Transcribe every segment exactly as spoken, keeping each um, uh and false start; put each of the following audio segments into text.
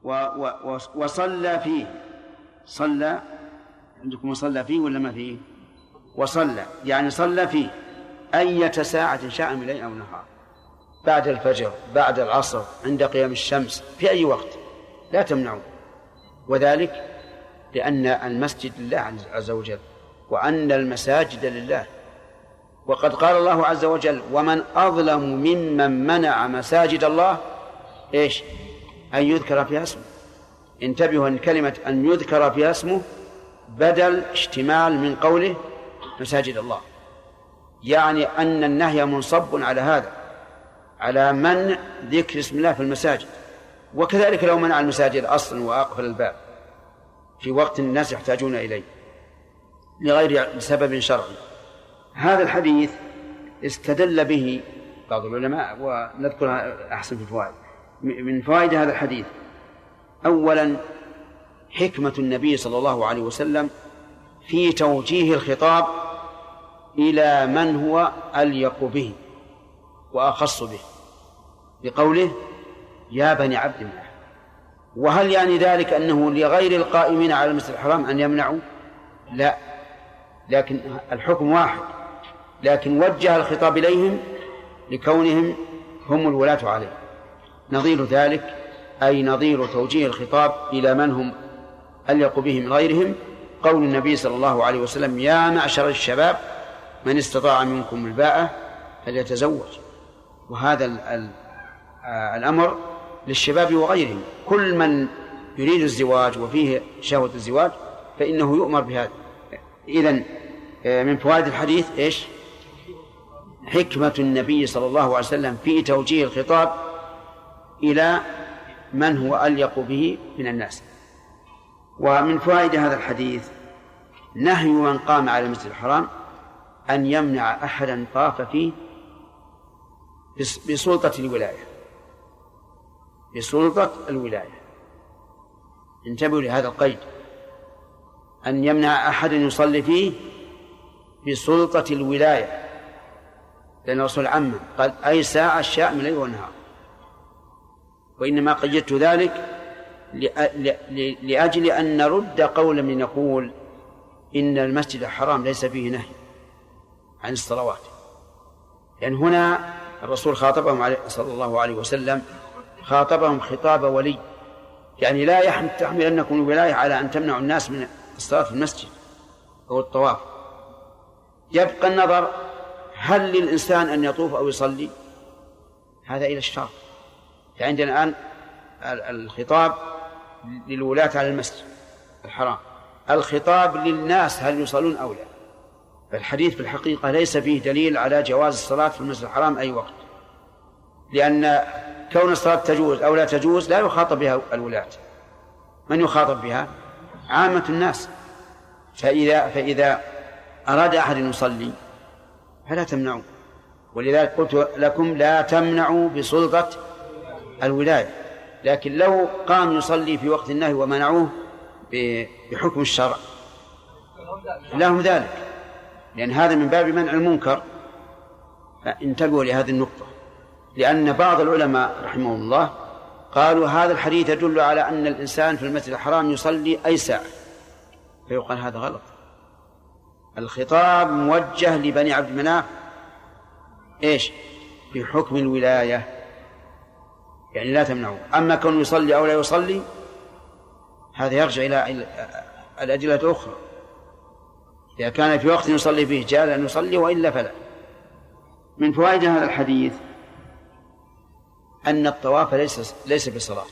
وصلى فيه. صلى عندكم صلى فيه ولا ما فيه؟ وصلى يعني صلى فيه أية ساعة شاء من ليل أو نهار، بعد الفجر، بعد العصر، عند قيام الشمس، في أي وقت لا تمنعوا. وذلك لأن المسجد لله عز وجل، وأن المساجد لله. وقد قال الله عز وجل: ومن أظلم ممن منع مساجد الله إيش؟ أن يذكر فيها اسمه. انتبهوا أن كلمة أن يذكر فيها اسمه بدل اشتمال من قوله مساجد الله، يعني أن النهي منصب على هذا، على منع ذكر اسم الله في المساجد. وكذلك لو منع المساجد أصلا وأقفل الباب في وقت الناس يحتاجون إليه لغير سبب شرعي. هذا الحديث استدل به بعض العلماء، ونذكر أحسن في الفوائد. من فوائد هذا الحديث: أولا حكمة النبي صلى الله عليه وسلم في توجيه الخطاب إلى من هو أليق به وأخص به بقوله: يا بني عبد مناف. وهل يعني ذلك أنه لغير القائمين على المسجد الحرام أن يمنعوا؟ لا، لكن الحكم واحد، لكن وجه الخطاب إليهم لكونهم هم الولاة عليه. نظير ذلك أي نظير توجيه الخطاب إلى من هم أليق به من غيرهم قول النبي صلى الله عليه وسلم: يا معشر الشباب من استطاع منكم الباءة فليتزوج. وهذا الأمر للشباب وغيرهم، كل من يريد الزواج وفيه شهوة الزواج فإنه يؤمر بهذا. إذن من فوائد الحديث إيش؟ حكمة النبي صلى الله عليه وسلم في توجيه الخطاب إلى من هو أليق به من الناس. ومن فوائد هذا الحديث نهي من قام على المسجد الحرام أن يمنع أحدا طاف فيه بسلطة الولاية، بسلطة الولاية. انتبهوا لهذا القيد، أن يمنع أحد يصلي فيه بسلطة الولاية، لأن الرسول عمم قال: أي ساعة شاء من الليل والنهار. وإنما قيدت ذلك لأجل أن نرد قول من يقول إن المسجد الحرام ليس فيه نهي عن الصلوات، لأن يعني هنا الرسول خاطبهم صلى الله عليه وسلم خاطبهم خطاب ولي، يعني لا يحمل أنكم الولاية على أن تمنعوا الناس من الصلاة في المسجد أو الطواف. يبقى النظر هل للإنسان أن يطوف أو يصلي، هذا إلى الشرع. فعندنا الآن الخطاب للولاة على المسجد الحرام، الخطاب للناس هل يصلون أو لا. فالحديث في الحقيقة ليس فيه دليل على جواز الصلاة في المسجد الحرام أي وقت، لأن كون الصلاة تجوز أو لا تجوز لا يخاطب بها الولاة. من يخاطب بها؟ عامة الناس. فإذا, فإذا أراد أحد أن يصلي فلا تمنعوا. ولذلك قلت لكم لا تمنعوا بسلطة الولاية، لكن لو قام يصلي في وقت النهي ومنعوه بحكم الشرع لهم ذلك، لأن هذا من باب منع المنكر. فانتبهوا لهذه النقطة، لأن بعض العلماء رحمه الله قالوا هذا الحديث يدل على أن الإنسان في المسجد الحرام يصلي أي ساعة، فيقال هذا غلط. الخطاب موجه لبني عبد مناف إيش؟ بحكم الولاية، يعني لا تمنعوا. أما كونه يصلي أو لا يصلي هذا يرجع إلى الأدلة الأخرى. إذا كان في وقت يصلي فيه جاز أن يصلي، وإلا فلا. من فوائد هذا الحديث أن الطواف ليس ليس بصلاة.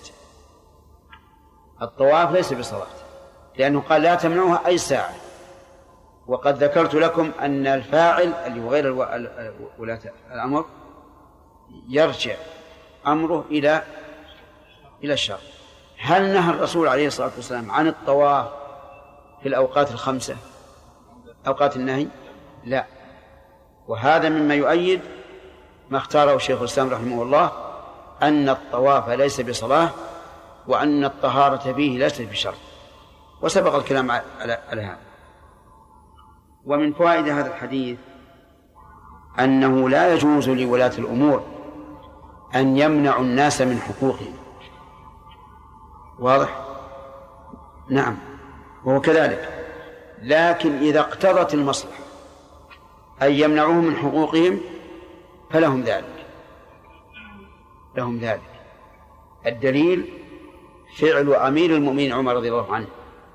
الطواف ليس بصلاة، لأنه قال لا تمنعوها أي ساعة. وقد ذكرت لكم أن الفاعل اللي هو غير ولاة الأمر يرجع أمره إلى إلى الشرع. هل نهى الرسول عليه الصلاة والسلام عن الطواف في الأوقات الخمسة أوقات النهي؟ لا. وهذا مما يؤيد ما اختاره الشيخ الإسلام رحمه الله، أن الطواف ليس بصلاة، وأن الطهارة فيه ليست بشرط، وسبق الكلام على هذا. ومن فوائد هذا الحديث أنه لا يجوز لولاة الأمور أن يمنعوا الناس من حقوقهم، واضح؟ نعم، وهو كذلك. لكن إذا اقتضت المصلحة أن يمنعوهم من حقوقهم فلهم ذلك، لهم ذلك. الدليل فعل أمير المؤمنين عمر رضي الله عنه،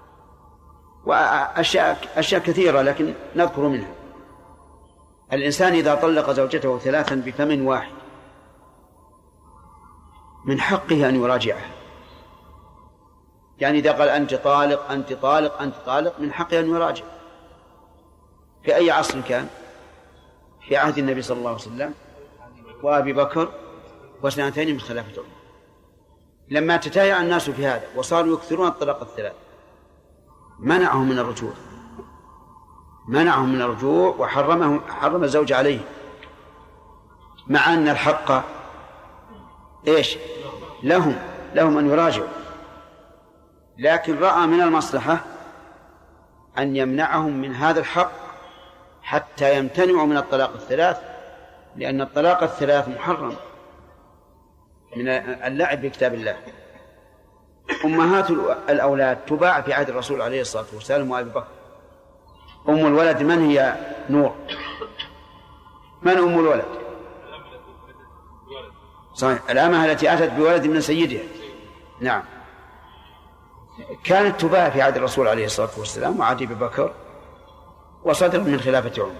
وأشياء أشياء كثيرة لكن نذكر منها. الإنسان إذا طلق زوجته ثلاثا بفم واحد من حقه أن يراجعها، يعني إذا قال أنت طالق أنت طالق أنت طالق من حقه أن يراجع. في أي عصر كان؟ في عهد النبي صلى الله عليه وسلم وأبي بكر وسنتين من خلافة عمر. لما تتايع الناس في هذا وصاروا يكثرون الطلاق الثلاث منعهم من الرجوع، منعهم من الرجوع وحرمه حرم الزوج عليه، مع أن الحق إيش لهم لهم أن يراجعوا، لكن رأى من المصلحة أن يمنعهم من هذا الحق حتى يمتنعوا من الطلاق الثلاث، لأن الطلاق الثلاث محرم من اللعب بكتاب الله. أمهات الأولاد تباع في عهد الرسول عليه الصلاة والسلام وأبي بكر. أم الولد من هي؟ نور. من أم الولد؟ صحيح، الأمة التي أتت بولد من سيدها. نعم، كانت تباع في عهد الرسول عليه الصلاة والسلام وعهد أبي بكر وصدر من خلافة عمر.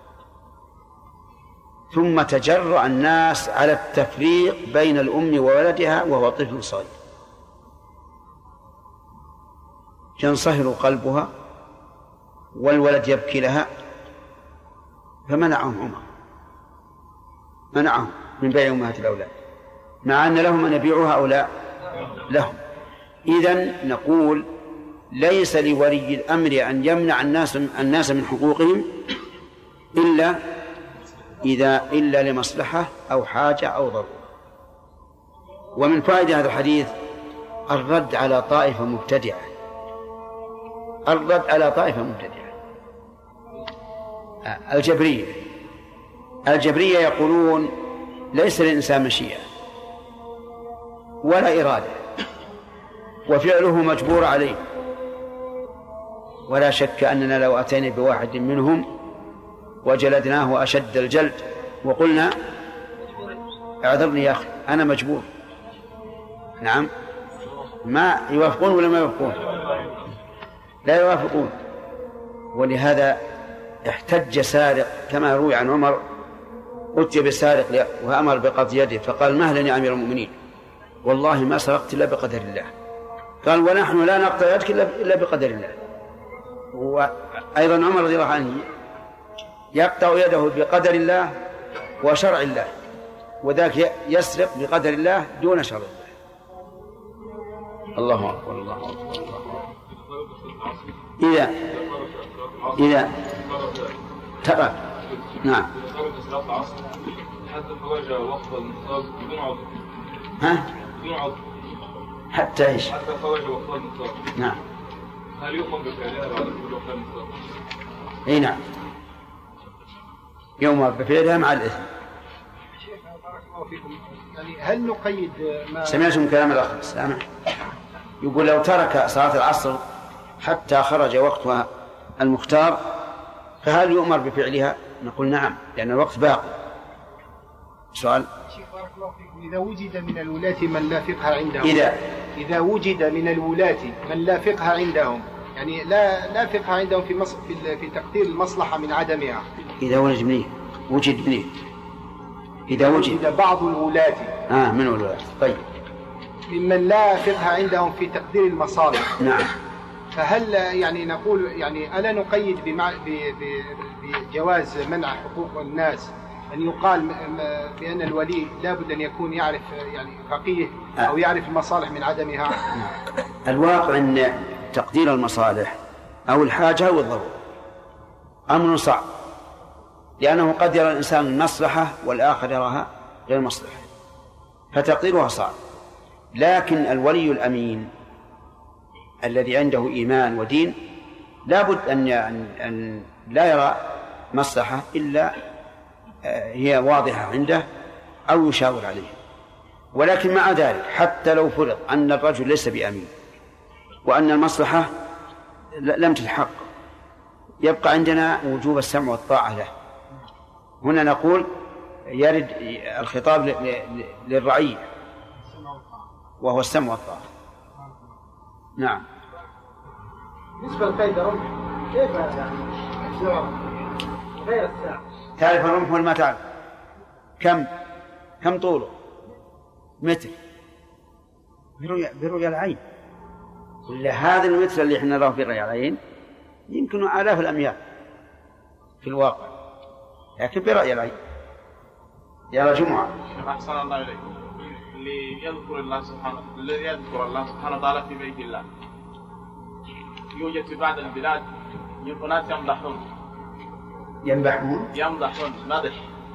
ثم تجرأ الناس على التفريق بين الأم وولدها وهو طفل صغير، ينصهر قلبها والولد يبكي لها، فمنعهم عمر، منعهم من بيع أمهات الأولاد، مع أن لهم أن يبيعوها أو لا لهم. إذن نقول ليس لولي الأمر أن يمنع الناس الناس من حقوقهم إلا إذا إلا لمصلحة أو حاجة أو ضرورة. ومن فائدة هذا الحديث الرد على طائفة مبتدعة، الرد على طائفة مبتدعة الجبرية. الجبرية يقولون ليس للإنسان مشيئة ولا إرادة وفعله مجبور عليه، ولا شك أننا لو أتينا بواحد منهم وجلدناه أشد الجلد وقلنا اعذرني يا أخي أنا مجبور، نعم، ما يوافقون ولا ما يوافقون؟ لا يوافقون. ولهذا احتج سارق كما روي عن عمر، أتي بسارق وأمر بقطع يده فقال مهلا يا أمير المؤمنين والله ما سرقت إلا بقدر الله. قال ونحن لا نقطع يدك إلا بقدر الله. وأيضا عمر رضي الله عنه يقطع يده بقدر الله وشرع الله، وذاك يسرق بقدر الله دون شرع الله. الله أكبر الله أكبر الله أكبر. إذا إذا ترى نعم ها حتى إيش نعم هل يقوم بفعلها بعد كل وقت النصاب؟ اي نعم يوم بفعلها مع الإثم. يعني هل نقيد ما سمعتم كلام الأخ سامع يقول لو ترك صلاة العصر حتى خرج وقتها المختار فهل يؤمر بفعلها؟ نقول نعم لأن الوقت باقي. سؤال شيخ بارك الله فيكم، إذا وجد من الولاة من لا فقه عندهم إذا إذا وجد من الولاة من لا فقه عندهم، يعني لا لا فقه عندهم في مص... في في تقدير المصلحة من عدمها. إذا وجد مني وجد مني إذا وجد بعض الولاة آه من الولاة طيب ممن لا فقه عندهم في تقدير المصالح، نعم، فهل يعني نقول يعني ألا نقيد بمع... ب... ب... بجواز منع حقوق الناس أن يقال بأن الولي لا بد أن يكون يعرف يعني فقيه أو يعرف المصالح من عدمها؟ الواقع أن تقدير المصالح أو الحاجة أو الضرورة أمر صعب، لأنه قد يرى الإنسان المصلحة والآخر يراها غير مصلحة، فتقديرها صعب. لكن الولي الأمين الذي عنده إيمان ودين لا بد أن أن لا يرى مصلحة إلا هي واضحة عنده أو يشاور عليه. ولكن مع ذلك حتى لو فرض أن الرجل ليس بأمين وأن المصلحة لم تتحقق يبقى عندنا وجوب السمع والطاعة له. هنا نقول يرد الخطاب للرعية وهو السمع والطاعة. نعم. بالنسبة للقيد رمح كيف يعني غير الساعة؟ تعرف الرمح ولا ما تعرف؟ كم كم طوله؟ متر برؤية, برؤية العين. ولا هذا المتر اللي احنا نراه برؤية العين يمكن آلاف الأميال في الواقع، لكن برؤية العين. يا جمعة أحسن الله إليك. اللي يذكر الله سبحانه الذي يذكر الله سبحانه وتعالى في بيت الله يوجد في بعض البلاد ناس يمدحون يمدحون يمدحون مدح.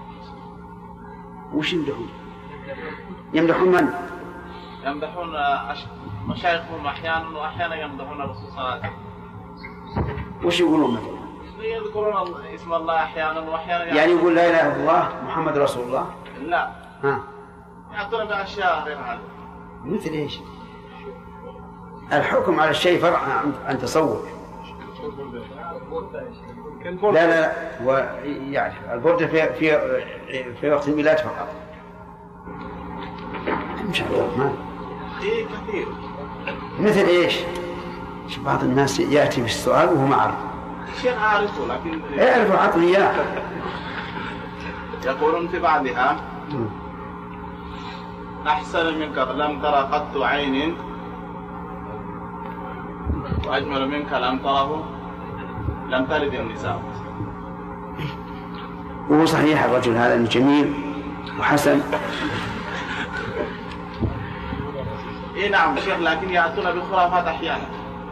وش يمدحون؟ يمدحون من؟ يمدحون مشايخهم أحيانا وأحيانا يمدحون الرسول صلى الله عليه وسلم. وش يقولون مثلا؟ يذكرون اسم الله أحيانا وأحيانا يعني يقول لا إله إلا الله محمد رسول الله؟ لا. ها. يعطون بأشياء غير هذا. مثل إيش؟ الحكم على الشيء فرع عن تصور. لا لا لا ويعرف البردة في في في وقت الميلاد فقط. مش عبد الرحمن. إيه كثير. مثل إيش؟ شوف بعض الناس يأتي بالسؤال وهو ما عارف. شيء عارفه لكن. يعرف عطني إياه. يقولون في بعضها أحسن منك لم ترى قط عين وأجمل منك لم تره لم تلد النساء. وهو صحيح الرجل هذا جميل وحسن. إيه نعم شيخ، لكن يأتون بخرافات أحيانا،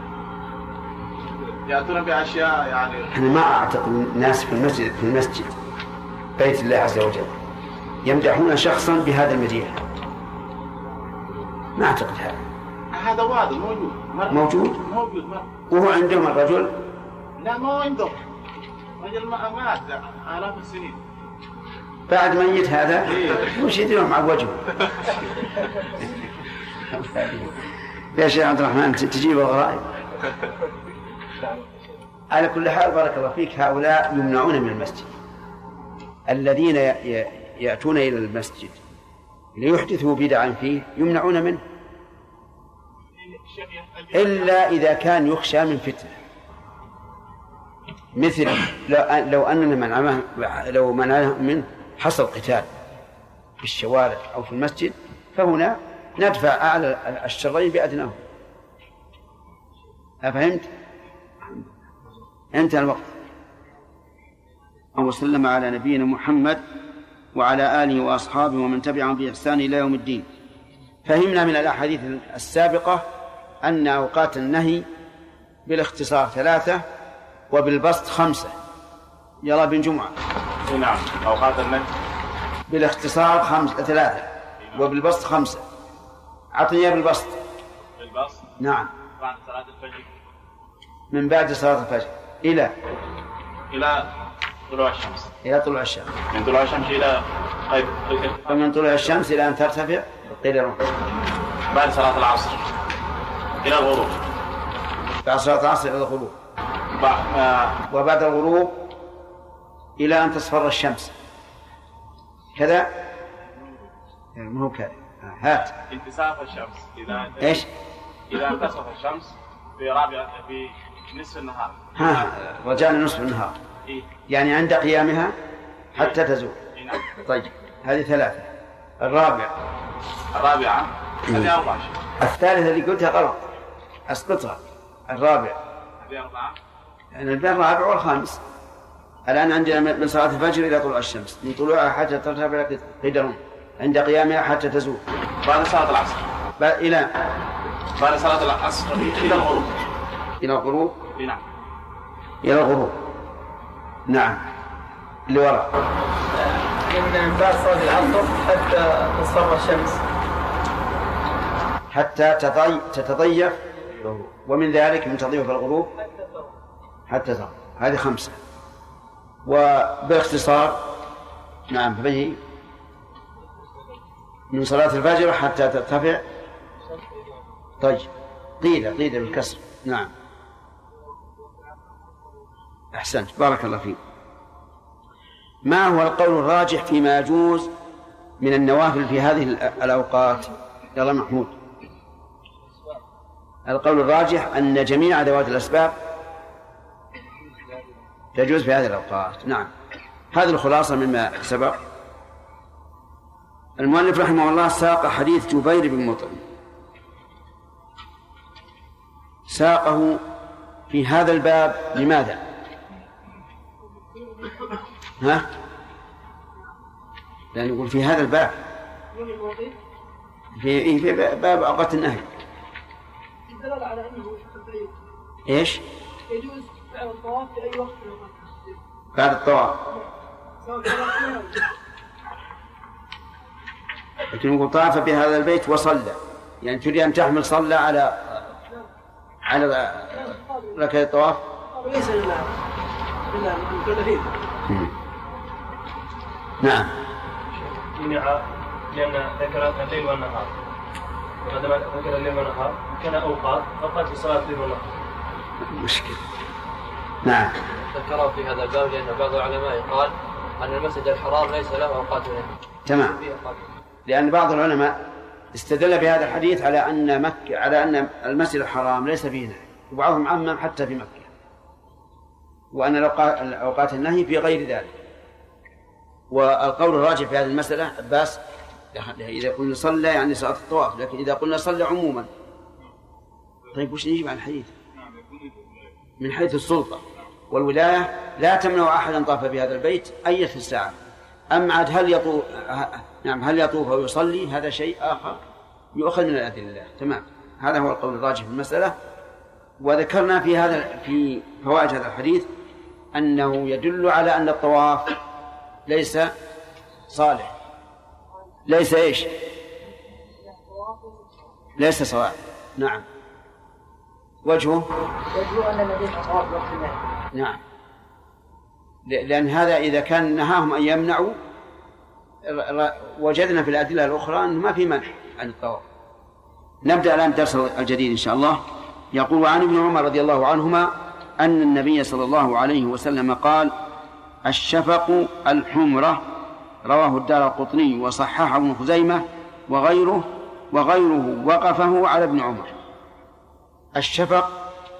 يأتون بأشياء يعني. أنا ما أعتقد الناس في المسجد في المسجد بيت الله عز وجل يمدحون شخصا بهذا المديح، ما أعتقد هذا. هذا واضح موجود مرة. موجود موجود مرة. وهو عندهم الرجل. لا ما عندهم رجل ما مات آلاف السنين بعد ميت هذا. إيه؟ وش يديرهم على وجهه؟ يا شيخ عبد الرحمن تجيب الغرائب. على كل حال بارك الله فيك، هؤلاء يمنعون من المسجد. الذين يأتون إلى المسجد ليحدثوا بدعا فيه يمنعون منه إلا إذا كان يخشى من فتنة، مثل لو أننا منعناه لو منعناه منه حصل قتال في الشوارع أو في المسجد، فهنا ندفع أعلى الشرين بأدناه. أفهمت؟ انتهى الوقت. وسلم على نبينا محمد وعلى آله وأصحابه ومن تبعهم بإحسان إلى يوم الدين. فهمنا من الأحاديث السابقة أن أوقات النهي بالاختصار ثلاثة وبالبسط خمسة. يلا بن جمعة. نعم أوقات النهي بالاختصار خمسة ثلاثة وبالبسط خمسة. عطني بالبسط. بالبسط نعم. بعد صلاة الفجر. من بعد صلاة الفجر إلى إلى طلوع الشمس. إلى طلوع الشمس. من طلوع الشمس إلى قيد. ومن طلوع الشمس إلى أن ترتفع قيل روح. بعد صلاة العصر إلى الغروب. بعد صلاة العصر إلى الغروب. بعد وبعد الغروب إلى أن تصفر الشمس. كذا ما هو كذا. هات انتصاف الشمس إذا إيش؟ إذا انتصف الشمس في رابع في نصف النهار. ها رجعنا نصف النهار. إيه؟ يعني عند قيامها حتى تزول. إيه نعم. طيب هذه ثلاثة. الرابع الرابعة هذه أربعة. الثالثة اللي قلتها غلط أسقطها. الرابع هذه أربعة. يعني الرابع والخامس. الآن عندنا من صلاة الفجر إلى طلوع الشمس، من طلوعها حتى ترتفع قدرهم، عند قيامها حتى تزول. بعد صلاة العصر إلى بعد صلاة العصر إلى الغروب. إلى الغروب. نعم. إلى الغروب. نعم. اللي وراء. من بعد صلاة العصر حتى تصفر الشمس. حتى تضي... تتضيف، ومن ذلك من تضيف الغروب حتى تضيف. هذه خمسة. وباختصار نعم فبه من صلاة الفجر حتى ترتفع. طيب قيل قيل بالكسر. نعم أحسنت بارك الله فيك. ما هو القول الراجح فيما يجوز من النوافل في هذه الأوقات؟ يلا محمود. القول الراجح أن جميع ذوات الأسباب تجوز في هذه الأوقات. نعم هذه الخلاصة مما سبق. المؤلف رحمه الله ساق حديث جبير بن مطعم، ساقه في هذا الباب لماذا؟ ها؟ لأن يقول في هذا الباب في, في باب أوقات النهي. إيش؟ يجوز فعل الطواف في أي وقت بعد الطواف، لكن يقول طاف بهذا البيت وصلى، يعني تريد أن تحمل صلى على على ركعة الطواف. ليس لله إلا المكلفين. نعم منع لأن ذكر الليل والنهار، وعندما ذكر الليل والنهار كان أوقات أوقات في صلاة الليل والنهار. مشكلة. نعم ذكره في هذا الباب لأن بعض العلماء قال أن المسجد الحرام ليس له أوقات نهي. تمام، لأن بعض العلماء استدل بهذا الحديث على أن مكة على أن المسجد الحرام ليس فيه نهي، وبعضهم عمم حتى في مكة، وأن أوقات النهي في غير ذلك. والقول الراجح في هذه المسألة بس إذا قلنا صلى يعني صلاة الطواف، لكن إذا قلنا صلى عموما. طيب وش نجيب عن الحديث؟ من حيث السلطة والولاية لا تمنع أحدا طاف بهذا البيت أية الساعة. أما عاد هل يطوف نعم هل يطوف أو يصلي هذا شيء آخر يؤخذ من الأدلة. تمام، هذا هو القول الراجح في المسألة. وذكرنا في هذا في فوائد هذا الحديث أنه يدل على أن الطواف ليس صالح، ليس إيش ليس صواب. نعم وجهه وجهه أن الذين طواف وقت النهي. نعم، لأن هذا إذا كان نهاهم أن يمنعوا وجدنا في الأدلة الأخرى أنه ما في منع عن الطواف. نبدأ الآن الدرس الجديد إن شاء الله. يقول عن ابن عمر رضي الله عنهما أن النبي صلى الله عليه وسلم قال: الشفق الحمرة، رواه الدارقطني وصححه ابن خزيمة وغيره وغيره وقفه على ابن عمر. الشفق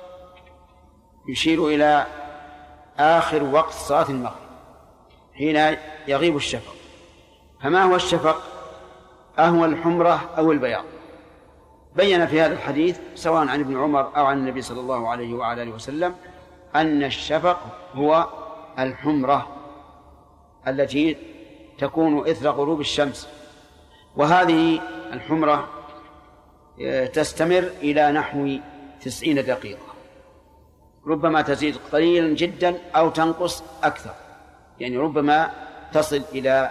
يشير إلى آخر وقت صلاة المغرب حين يغيب الشفق. فما هو الشفق؟ أهو الحمرة أو البياض؟ بين في هذا الحديث سواء عن ابن عمر أو عن النبي صلى الله عليه وعلى آله وسلم أن الشفق هو الحمرة التي تكون إثر غروب الشمس، وهذه الحمرة تستمر إلى نحو تسعين دقيقة، ربما تزيد قليلا جدا أو تنقص أكثر، يعني ربما تصل إلى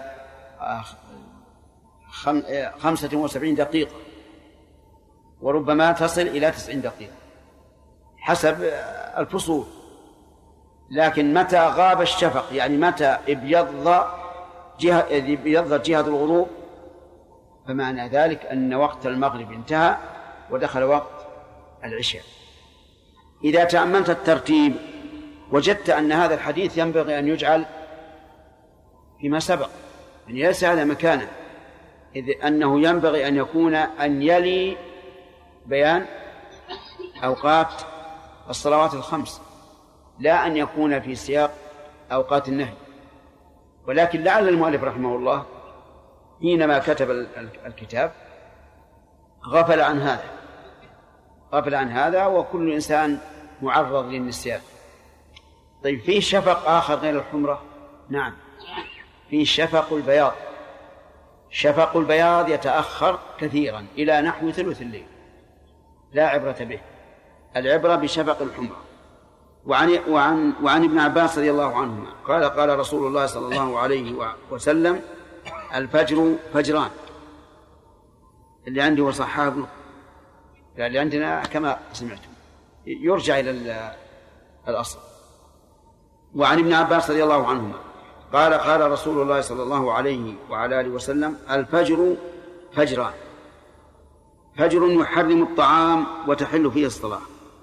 خمسة وسبعين دقيقة وربما تصل إلى تسعين دقيقة حسب الفصول. لكن متى غاب الشفق، يعني متى ابيض جهة ابيضت جهة الغروب، فمعنى ذلك أن وقت المغرب انتهى ودخل وقت العشاء. إذا تأملت الترتيب وجدت أن هذا الحديث ينبغي أن يجعل فيما سبق، يعني ليس هذا مكانه، إذ أنه ينبغي أن يكون أن يلي بيان أوقات الصلوات الخمس، لا أن يكون في سياق أوقات النهي. ولكن لعل المؤلف رحمه الله حينما كتب الكتاب غفل عن هذا غفل عن هذا وكل إنسان معرض للنسيان. طيب فيه شفق آخر غير الحمرة؟ نعم، فيه شفق البياض. شفق البياض يتأخر كثيرا إلى نحو ثلث الليل، لا عبرة به، العبرة بشفق الحمرة. وعن, وعن, وعن ابن عباس رضي الله عنهما قال: قال رسول الله صلى الله عليه وسلم: الفجر فجران. اللي عندي وصححه ابن اللي عندنا كما سمعتم، يرجع إلى الأصل. وعن ابن عباس رضي الله عنهما قال: قال رسول الله صلى الله عليه وعلى آله وسلم: الفجر فجران: فجر يحرم الطعام وتحل فيه الصلاة،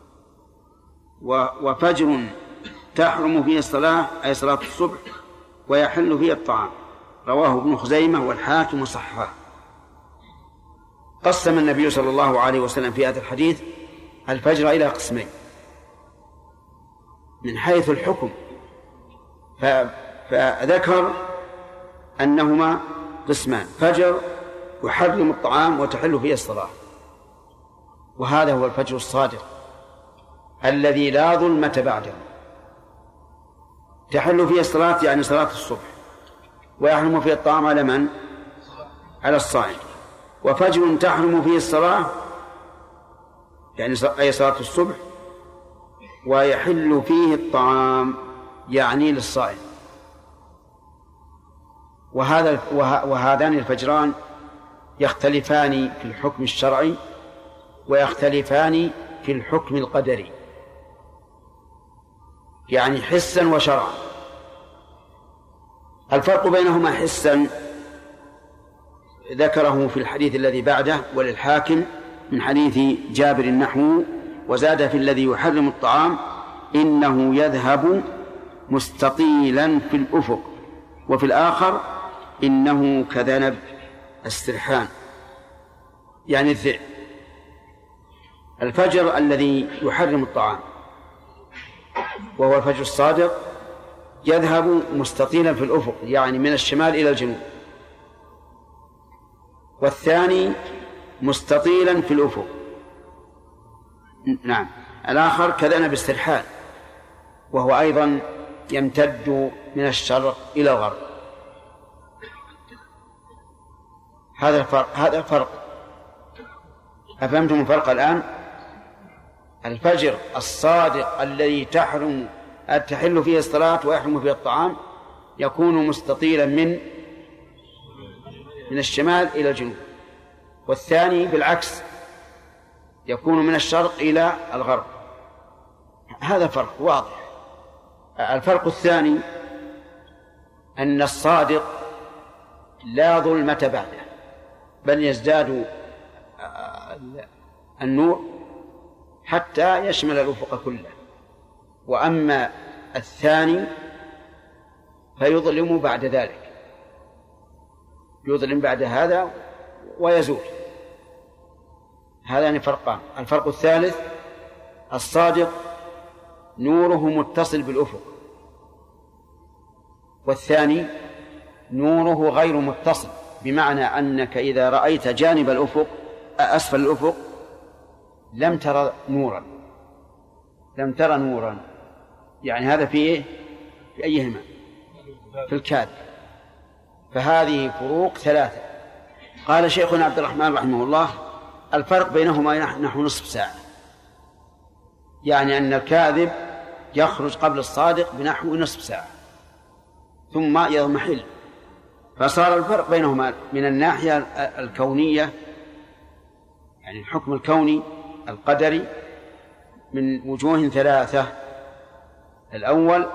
وفجر تحرم فيه الصلاة أي صلاة الصبح ويحل فيه الطعام. رواه ابن خزيمة والحاكم وصححه. قسم النبي صلى الله عليه وسلم في هذا الحديث الفجر إلى قسمين من حيث الحكم، فذكر أنهما قسمان: فجر يحرم الطعام وتحل فيه الصلاة، وهذا هو الفجر الصادق الذي لا ظلمة بعده. تحل فيه الصلاة يعني صلاة الصبح، ويحرم فيه الطعام على من؟ على الصائم. وفجر تحرم فيه الصلاة يعني أي صلاة الصبح، ويحل فيه الطعام يعني للصائم. وهذا وهذان الفجران يختلفان في الحكم الشرعي ويختلفان في الحكم القدري، يعني حسا وشرعا. الفرق بينهما حسا ذكره في الحديث الذي بعده وللحاكم من حديث جابر النحو: وزاد في الذي يحرم الطعام: إنه يذهب مستطيلا في الأفق، وفي الآخر: إنه كذنب السرحان يعني الذئب. الفجر الذي يحرم الطعام وهو الفجر الصادق يذهب مستطيلا في الأفق يعني من الشمال إلى الجنوب، والثاني مستطيلا في الأفق نعم الآخر كذنب السرحان وهو أيضا يمتد من الشرق إلى الغرب. هذا الفرق هذا الفرق أفهمتم الفرق الآن؟ الفجر الصادق الذي تحرم تحل فيه الصلاة ويحرم فيه الطعام يكون مستطيلا من من الشمال إلى الجنوب، والثاني بالعكس يكون من الشرق إلى الغرب. هذا فرق واضح. الفرق الثاني أن الصادق لا ظلمة بعده، بل يزداد النور حتى يشمل الأفق كله. وأما الثاني فيظلم بعد ذلك، يظلم بعد هذا ويزول. هذان فرقان. الفرق الثالث: الصادق نوره متصل بالأفق، والثاني نوره غير متصل، بمعنى أنك إذا رأيت جانب الأفق أسفل الأفق لم ترى نورا لم ترى نورا يعني هذا في إيه؟ في أيهما؟ في الكاذب. فهذه فروق ثلاثة. قال شيخنا عبد الرحمن رحمه الله: الفرق بينهما نحو نصف ساعة، يعني أن الكاذب يخرج قبل الصادق بنحو نصف ساعة ثم يضمحل. فصار الفرق بينهما من الناحية الكونية يعني الحكم الكوني القدري من وجوه ثلاثة. الأول: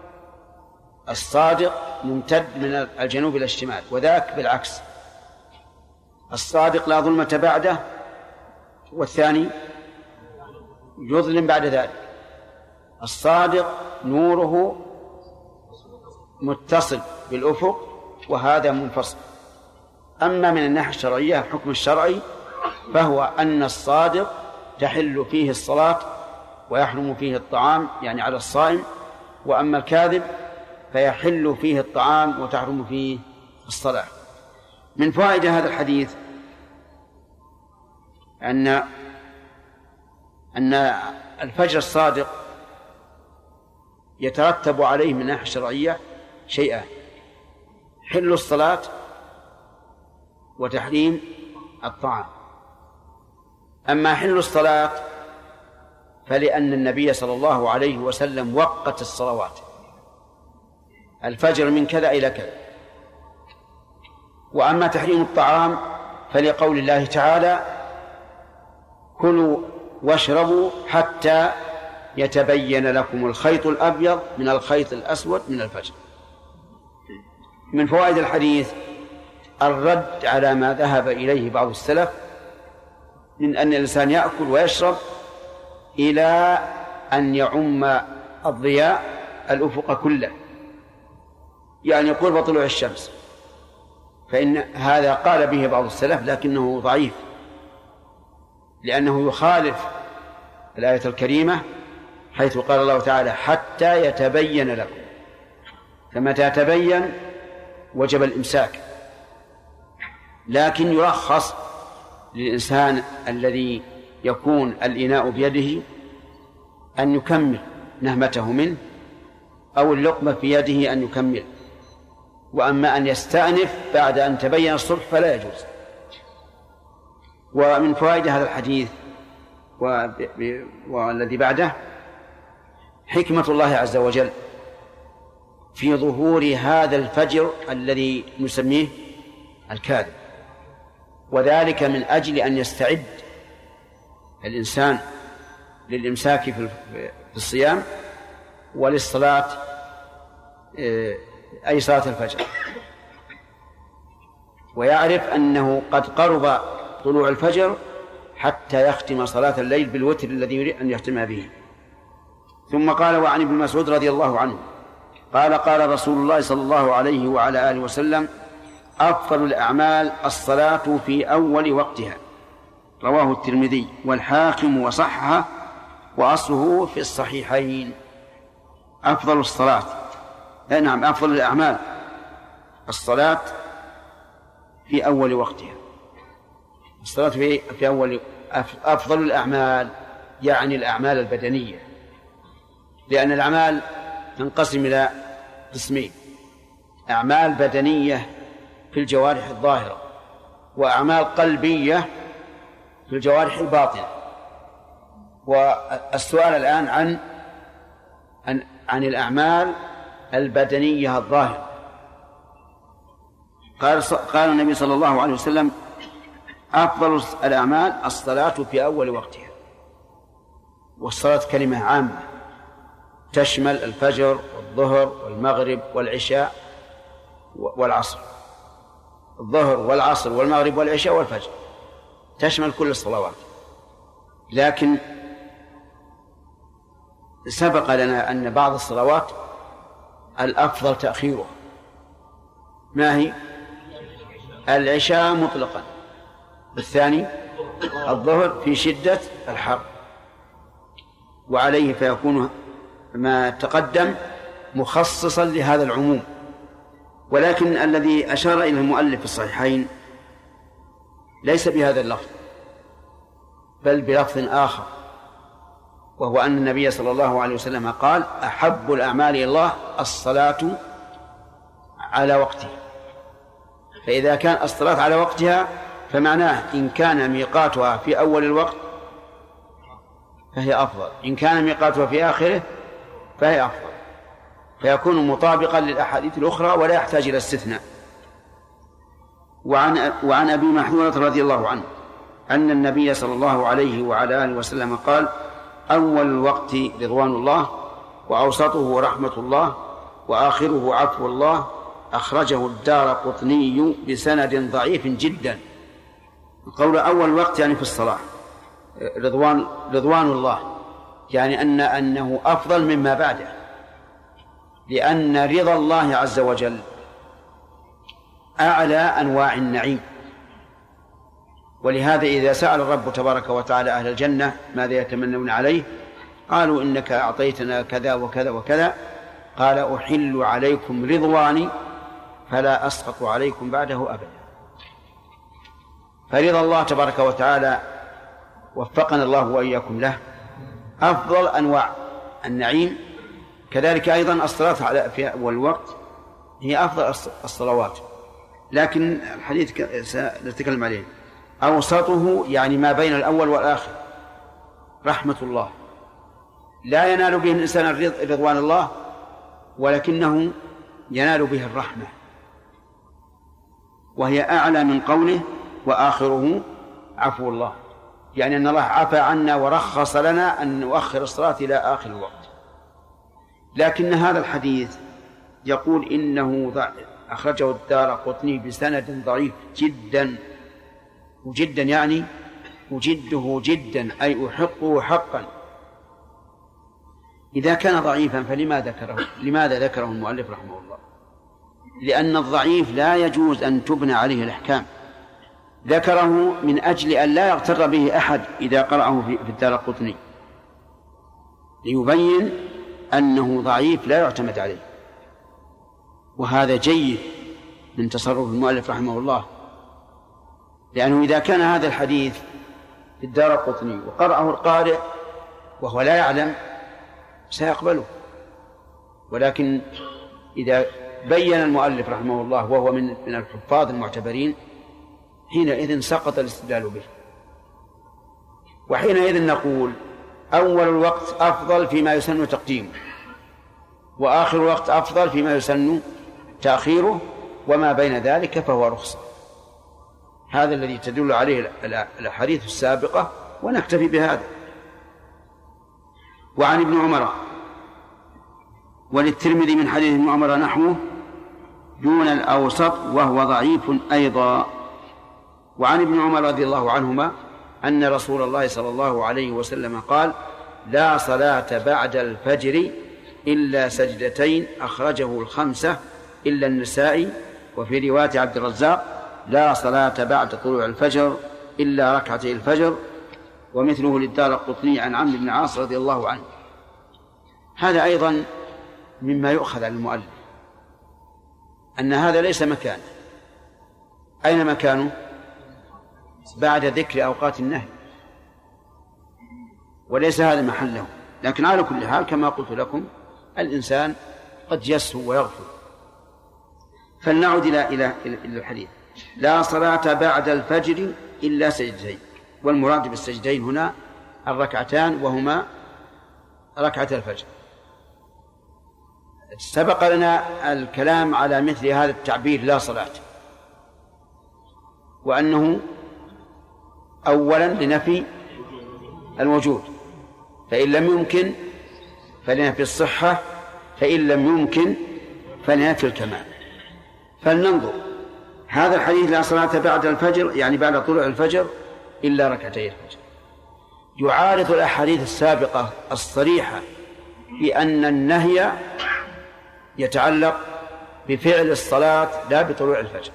الصادق ممتد من الجنوب إلى الشمال، وذاك بالعكس، الصادق لا ظلمة بعده، والثاني يظلم بعد ذلك. الصادق نوره متصل بالأفق وهذا منفصل. أما من الناحية الشرعية الحكم الشرعي فهو أن الصادق تحل فيه الصلاة ويحرم فيه الطعام يعني على الصائم، وأما الكاذب فيحل فيه الطعام وتحرم فيه الصلاة. من فوائد هذا الحديث أن أن الفجر الصادق يترتب عليه من الناحية الشرعية شيئان: حل الصلاة وتحريم الطعام. أما حل الصلاة فلأن النبي صلى الله عليه وسلم وقت الصلوات: الفجر من كذا إلى كذا. وأما تحريم الطعام فلقول الله تعالى: كلوا واشربوا حتى يتبين لكم الخيط الأبيض من الخيط الأسود من الفجر. من فوائد الحديث الرد على ما ذهب إليه بعض السلف من أن الإنسان يأكل ويشرب إلى أن يعم الضياء الأفق كله، يعني قرب طلوع الشمس، فإن هذا قال به بعض السلف لكنه ضعيف، لأنه يخالف الآية الكريمة حيث قال الله تعالى حتى يتبين لكم، فمتى تبين وجب الإمساك. لكن يرخص للإنسان الذي يكون الإناء بيده أن يكمل نهمته منه، أو اللقمة في يده أن يكمل، وأما أن يستأنف بعد أن تبين الصبح فلا يجوز. ومن فوائد هذا الحديث والذي بعده حكمة الله عز وجل في ظهور هذا الفجر الذي نسميه الكاذب، وذلك من أجل أن يستعد الإنسان للإمساك في الصيام وللصلاة، أي صلاة الفجر، ويعرف أنه قد قرب طلوع الفجر حتى يختم صلاة الليل بالوتر الذي يريد أن يختم به. ثم قال: وعن ابن مسعود رضي الله عنه قال: قال رسول الله صلى الله عليه وعلى آله وسلم: أفضل الأعمال الصلاة في أول وقتها. رواه الترمذي والحاكم وصححه، وأصله في الصحيحين. أفضل الصلاة، نعم أفضل الأعمال الصلاة في أول وقتها. الصلاة في في أول أفضل الأعمال يعني الأعمال البدنية، لأن الأعمال تنقسم إلى قسمين: أعمال بدنية في الجوارح الظاهرة، وأعمال قلبية في الجوارح الباطنة. والسؤال الآن عن عن, عن الأعمال البدنية الظاهرة. قال قال النبي صلى الله عليه وسلم: أفضل الأعمال الصلاة في أول وقتها. والصلاة كلمة عامة تشمل الفجر والظهر والمغرب والعشاء والعصر. الظهر والعصر والمغرب والعشاء والفجر تشمل كل الصلوات. لكن سبق لنا أن بعض الصلوات الأفضل تأخيرها. ما هي؟ العشاء مطلقا، الثاني الظهر في شدة الحر، وعليه فيكون ما تقدم مخصصا لهذا العموم. ولكن الذي أشار إلى المؤلف في الصحيحين ليس بهذا اللفظ، بل بلفظ آخر، وهو أن النبي صلى الله عليه وسلم قال: أحب الأعمال إلى الله الصلاة على وقتها. فإذا كان الصلاة على وقتها فمعناه إن كان ميقاتها في أول الوقت فهي أفضل، إن كان ميقاتها في آخره فهي أفضل، فيكون مطابقا للأحاديث الأخرى ولا يحتاج إلى استثناء. وعن, وعن أبي محذورة رضي الله عنه أن النبي صلى الله عليه وعلى آله وسلم قال: أول الوقت رضوان الله، وأوسطه رحمة الله، وآخره عفو الله. أخرجه الدارقطني بسند ضعيف جدا. قول أول الوقت يعني في الصلاة، رضوان, رضوان الله يعني أن أنه أفضل مما بعده، لأن رضا الله عز وجل أعلى أنواع النعيم. ولهذا إذا سأل الرب تبارك وتعالى أهل الجنة ماذا يتمنون عليه قالوا: إنك أعطيتنا كذا وكذا وكذا، قال: أحل عليكم رضواني فلا أسقط عليكم بعده أبدا. فرضا الله تبارك وتعالى وفقنا الله وإياكم له أفضل أنواع النعيم. كذلك أيضا الصلاة على في أول الوقت هي أفضل الصلوات. لكن الحديث سنتكلم عليه. أوسطه يعني ما بين الأول والآخر رحمة الله، لا ينال به الإنسان رضوان الله، ولكنه ينال به الرحمة، وهي أعلى من قوله: وآخره عفو الله، يعني أن الله عفى عنا ورخص لنا أن نؤخر الصلاة إلى آخر الوقت. لكن هذا الحديث يقول إنه أخرجه الدارقطني بسند ضعيف جدا، وجدا يعني أجده جدا أي أحقه حقا. إذا كان ضعيفا فلماذا ذكره لماذا ذكره المؤلف رحمه الله؟ لأن الضعيف لا يجوز أن تبنى عليه الأحكام، ذكره من أجل أن لا يغتر به أحد إذا قرأه في الدارقطني، ليبين أنه ضعيف لا يعتمد عليه. وهذا جيد من تصرف المؤلف رحمه الله، لأنه إذا كان هذا الحديث في الدارقطني وقرأه القارئ وهو لا يعلم سيقبله، ولكن إذا بين المؤلف رحمه الله وهو من من الحفاظ المعتبرين حينئذ سقط الاستدلال به. وحينئذ نقول أول الوقت أفضل فيما يسن تقديمه، وآخر الوقت أفضل فيما يسن تأخيره، وما بين ذلك فهو رخصة. هذا الذي تدل عليه الأحاديث السابقة، ونكتفي بهذا. وعن ابن عمر وللترمذي من حديث ابن عمر نحوه دون الأوسط وهو ضعيف أيضا. وعن ابن عمر رضي الله عنهما أن رسول الله صلى الله عليه وسلم قال: لا صلاة بعد الفجر إلا سجدتين، أخرجه الخمسة إلا النسائي. وفي رواية عبد الرزاق: لا صلاة بعد طلوع الفجر إلا ركعتي الفجر. ومثله للدارقطني عن عمرو بن عاص رضي الله عنه. هذا أيضا مما يؤخذ عن المؤلف، أن هذا ليس مكانه. أين مكانه؟ بعد ذكر أوقات النهي، وليس هذا محله. لكن على كل حال كما قلت لكم الإنسان قد يسهو ويغفل. فلنعد إلى إلى إلى الحديث: لا صلاة بعد الفجر إلا سجدتين. والمراد بالسجدين هنا الركعتان وهما ركعة الفجر. سبق لنا الكلام على مثل هذا التعبير لا صلاة، وأنه أولا لنفي الوجود، فإن لم يمكن فلنفي الصحة، فإن لم يمكن فلنفي الكمال. فلننظر هذا الحديث: لا صلاة بعد الفجر يعني بعد طلوع الفجر إلا ركعتي الفجر، يعارض الأحاديث السابقة الصريحة بأن النهي يتعلق بفعل الصلاة لا بطلوع الفجر.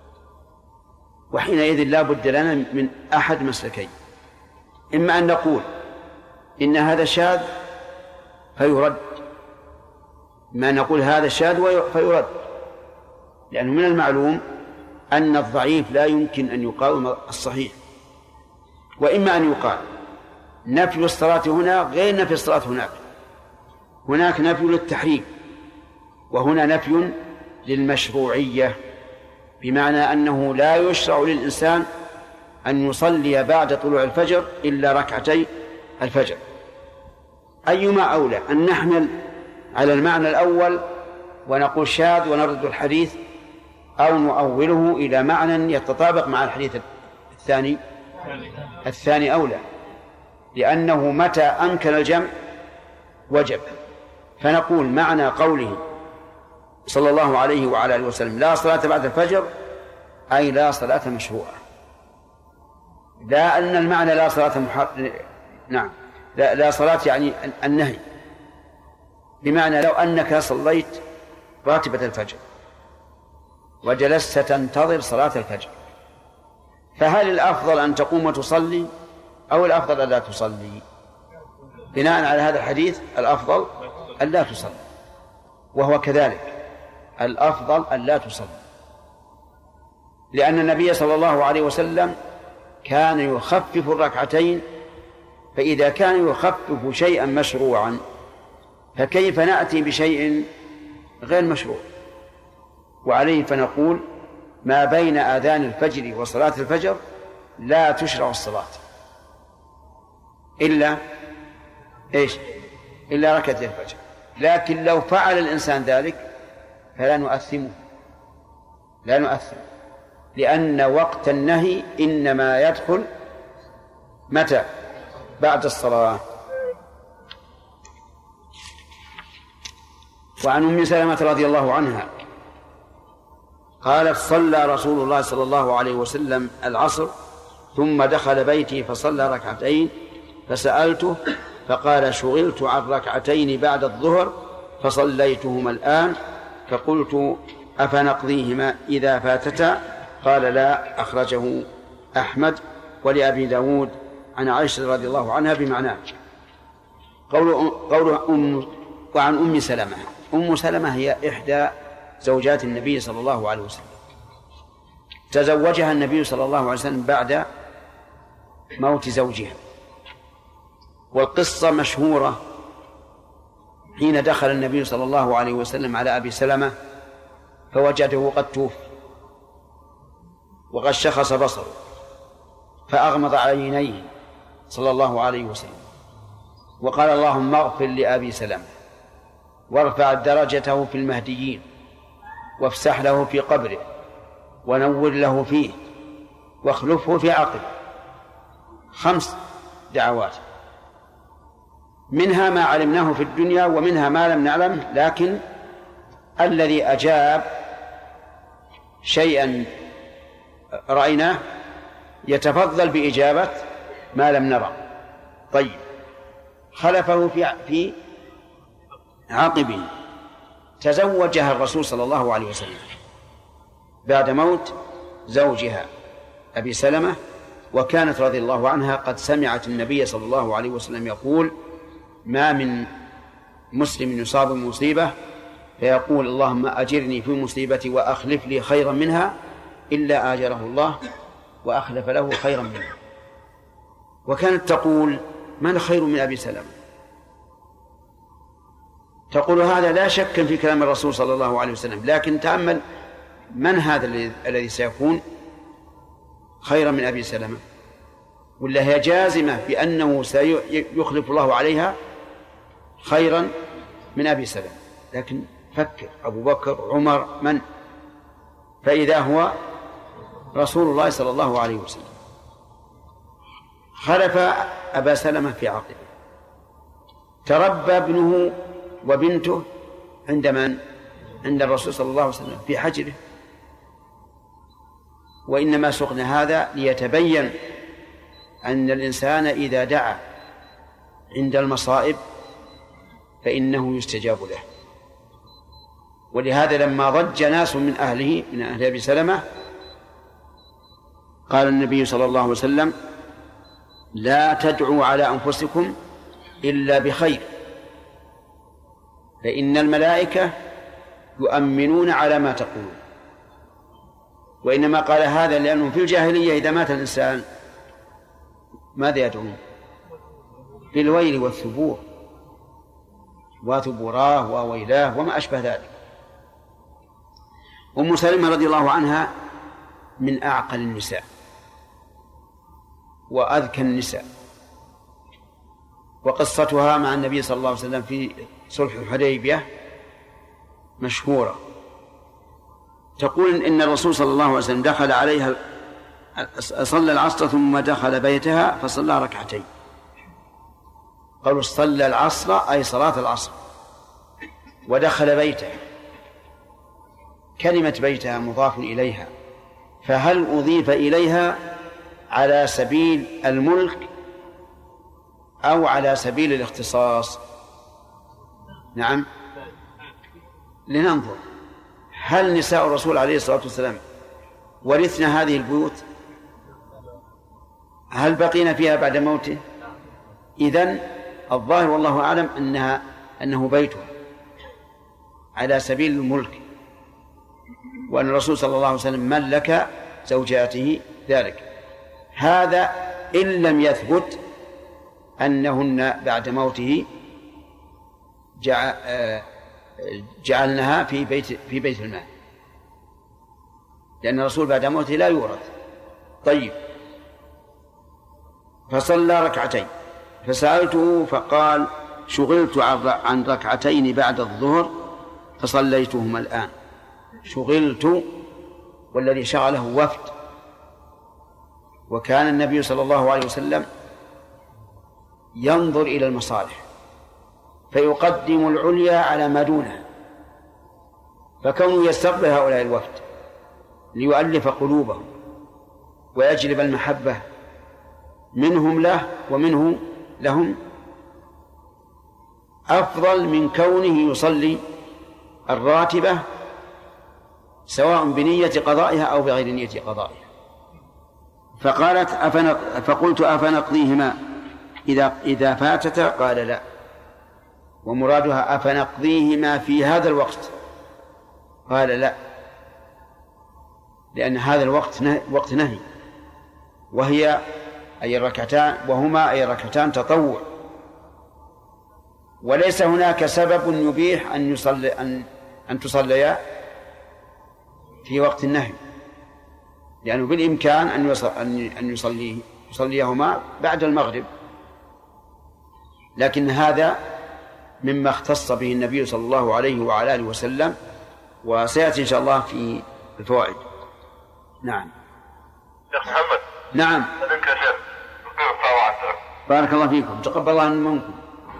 وحينئذ لا بد لنا من أحد مسلكين: إما أن نقول إن هذا شاذ فيرد، ما نقول هذا شاذ فيرد، لأنه من المعلوم أن الضعيف لا يمكن أن يقاوم الصحيح. وإما أن يقال نفي الصلاة هنا غير نفي الصلاة هناك، هناك نفي للتحريم وهنا نفي للمشروعية، بمعنى أنه لا يشرع للإنسان أن يصلي بعد طلوع الفجر إلا ركعتي الفجر. أيما أولى، أن نحمل على المعنى الأول ونقول شاذ ونرد الحديث، أو نؤوله إلى معنى يتطابق مع الحديث الثاني؟ الثاني أولى، لأنه متى أمكن الجمع وجب. فنقول معنى قوله صلى الله عليه وعلى آله وسلم: لا صلاة بعد الفجر، أي لا صلاة مشروعة، لا أن المعنى لا صلاة محر... نعم لا, لا صلاة يعني النهي، بمعنى لو أنك صليت راتبة الفجر وجلست تنتظر صلاة الفجر، فهل الأفضل أن تقوم وتصلي أو الأفضل أن لا تصلي؟ بناء على هذا الحديث الأفضل أن لا تصلي، وهو كذلك الأفضل أن لا تصلي، لأن النبي صلى الله عليه وسلم كان يخفف الركعتين، فإذا كان يخفف شيئا مشروعا فكيف نأتي بشيء غير مشروع؟ وعليه فنقول ما بين آذان الفجر وصلاة الفجر لا تشرع الصلاة إلا إيش؟ إلا ركعتي الفجر. لكن لو فعل الإنسان ذلك فلا نؤثمه، لا نؤثم، لأن وقت النهي إنما يدخل متى؟ بعد الصلاة. وعن أم سلمة رضي الله عنها قالت صلى رسول الله صلى الله عليه وسلم العصر ثم دخل بيتي فصلى ركعتين فسألته فقال شغلت عن ركعتين بعد الظهر فصليتهما الآن فقلت أفنقضيهما إذا فاتتا؟ قال لا. أخرجه أحمد ولأبي داود عن عائشة رضي الله عنها بمعناه. قول قول أم وعن أم سلمة. أم سلمة هي إحدى زوجات النبي صلى الله عليه وسلم، تزوجها النبي صلى الله عليه وسلم بعد موت زوجها، والقصة مشهورة. حين دخل النبي صلى الله عليه وسلم على أبي سلمة فوجده قد توفي وقد شخص بصره، فأغمض عينيه صلى الله عليه وسلم وقال اللهم اغفر لأبي سلمة وارفع درجته في المهديين وافسح له في قبره ونور له فيه واخلفه في عقبه. خمس دعوات، منها ما علمناه في الدنيا ومنها ما لم نعلمه، لكن الذي أجاب شيئا رأيناه يتفضل بإجابة ما لم نرى. طيب، خلفه في في عقبه، تزوجها الرسول صلى الله عليه وسلم بعد موت زوجها أبي سلمة، وكانت رضي الله عنها قد سمعت النبي صلى الله عليه وسلم يقول ما من مسلم يصاب بمصيبة فيقول اللهم أجرني في مصيبتي وأخلف لي خيرا منها إلا آجره الله وأخلف له خيرا منها. وكانت تقول من خير من أبي سلمة؟ تقول هذا لا شك في كلام الرسول صلى الله عليه وسلم، لكن تأمل من هذا الذي سيكون خيرا من أبي سلمة؟ ولا هي جازمة بأنه سيخلف الله عليها خيرا من أبي سلمة. لكن فكر، أبو بكر، عمر، من؟ فإذا هو رسول الله صلى الله عليه وسلم. خلف أبا سلمة في عقبه، تربى ابنه وبنته عند من؟ عند الرسول صلى الله عليه وسلم في حجره. وإنما سقنا هذا ليتبين أن الإنسان إذا دعا عند المصائب فإنه يستجاب له. ولهذا لما ضج ناس من أهله من أهل أبي سلمة قال النبي صلى الله عليه وسلم لا تدعوا على أنفسكم إلا بخير فإن الملائكة يؤمنون على ما تقولون. وإنما قال هذا لأنه في الجاهلية إذا مات الإنسان ماذا يدعون؟ بالويل والثبور وثبوراه وويلاه وما أشبه ذلك. أم سلمة رضي الله عنها من أعقل النساء وأذكى النساء، وقصتها مع النبي صلى الله عليه وسلم في صلح الحديبية مشهورة. تقول إن الرسول صلى الله عليه وسلم دخل عليها صلى العصر ثم دخل بيتها فصلى ركعتين. قالوا صلى العصر أي صلاة العصر ودخل بيته. كلمة بيتها مضاف إليها، فهل أضيف إليها على سبيل الملك أو على سبيل الاختصاص؟ نعم، لننظر هل نساء الرسول عليه الصلاة والسلام ورثنا هذه البيوت؟ هل بقينا فيها بعد موته؟ إذن الظاهر والله أعلم أنها أنه بيته على سبيل الملك، وأن الرسول صلى الله عليه وسلم ملك زوجاته ذلك. هذا إن لم يثبت أنهن بعد موته جعلناها في بيت في بيت المال، لأن الرسول بعد موته لا يورث. طيب، فصلى ركعتين فسألته فقال شغلت عن ركعتين بعد الظهر فصليتهما الآن. شغلت، والذي شغله وفد، وكان النبي صلى الله عليه وسلم ينظر إلى المصالح فيقدم العليا على ما دونها، فكونه يستقبل هؤلاء الوفد ليؤلف قلوبهم ويجلب المحبة منهم له ومنه لهم أفضل من كونه يصلي الراتبة سواء بنية قضائها أو بغير نية قضائها. فقالت أفنق فقلت أفنقضيهما إذا إذا فاتتا؟ قال لا، ومرادها أفنقضيهما في هذا الوقت؟ قال لا، لأن هذا الوقت نهي وقت نهي، وهي أي الركعتان وهما أي الركعتان تطوع، وليس هناك سبب يبيح أن يصلي أن أن تصليا في وقت النهي، لأنه بالإمكان أن يصل أن يصلي يصليهما بعد المغرب، لكن هذا مما اختص به النبي صلى الله عليه وعلى آله وسلم، وسيأتي إن شاء الله في الفوائد. نعم. شيخ محمد. نعم. أذنك يا شيخ. بارك الله فيكم، تقبل الله منكم.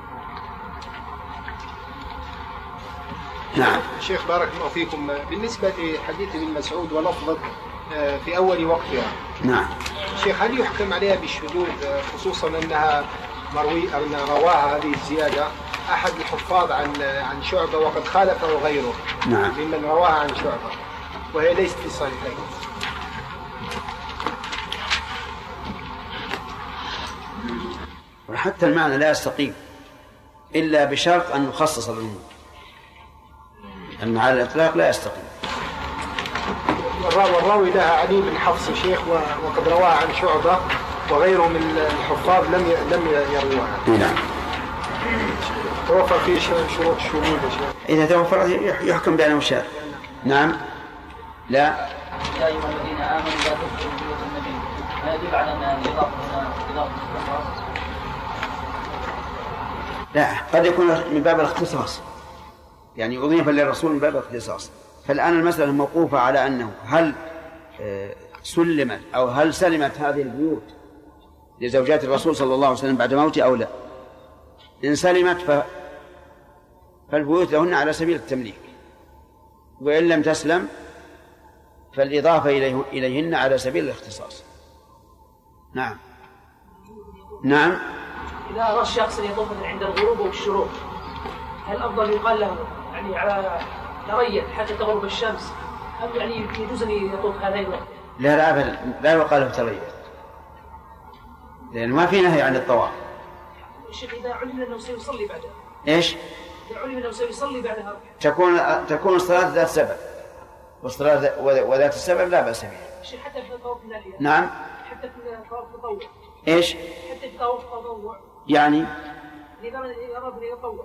نعم. شيخ بارك الله فيكم، بالنسبة لحديث ابن مسعود ولفظه في أول وقتها، نعم شيخ، هل يحكم عليها بالشذوذ خصوصا أنها مروي أو أن رواها هذه الزيادة أحد الحفاظ عن عن شعبة وقد خالفه غيره؟ نعم. ممن رواها عن شعبة وهي ليست في الصحيحين. وحتى المعنى لا يستقيم إلا بشرط أن نخصص العموم، أما على الإطلاق لا يستقيم. والراوي لها علي بن حفص شيخ وقد رواها عن شعبة وغيره من الحفاظ لم لم يروها. نعم. توفر فيه شروط الشذوذ يا شيخ. إذا توفر يحكم بأنه شاذ. نعم. لا. يا أيها الذين آمنوا لا تدخلوا بيوت النبي، ما يدل على أن الإضافة إضافة الخاص؟ لا، قد يكون من باب الاختصاص، يعني أضيف للرسول من باب الاختصاص. فالآن المسألة موقوفة على أنه هل سلمت أو هل سلمت هذه البيوت لزوجات الرسول صلى الله عليه وسلم بعد موته أو لا. إن سلمت ف... فالبيوت لهن على سبيل التمليك، وإن لم تسلم فالإضافة إليه... إليهن على سبيل الاختصاص. نعم. نعم. إذا أرى الشخص أن يطوف عند الغروب والشروق، هل أفضل يقال له يعني على تريث حتى تغرب الشمس، أم يعني يجوز أن يطوف هذين الوقت؟ لا لا أبدا، لا يقال له تريث، لأن ما في نهي عن الطواف. الشيخ إذا علم أنه سيصلي بعدها. إيش؟ إذا علم أنه سيصلي بعدها تكون تكون الصلاة ذات سبب، والصلاة وذات السبب لا بأس بها. الشيخ حتى في الطواف النافلة. نعم. حتى في الطواف التطوع. إيش؟ حتى في الطواف التطوع. يعني. إذا أراد أن يتطوع.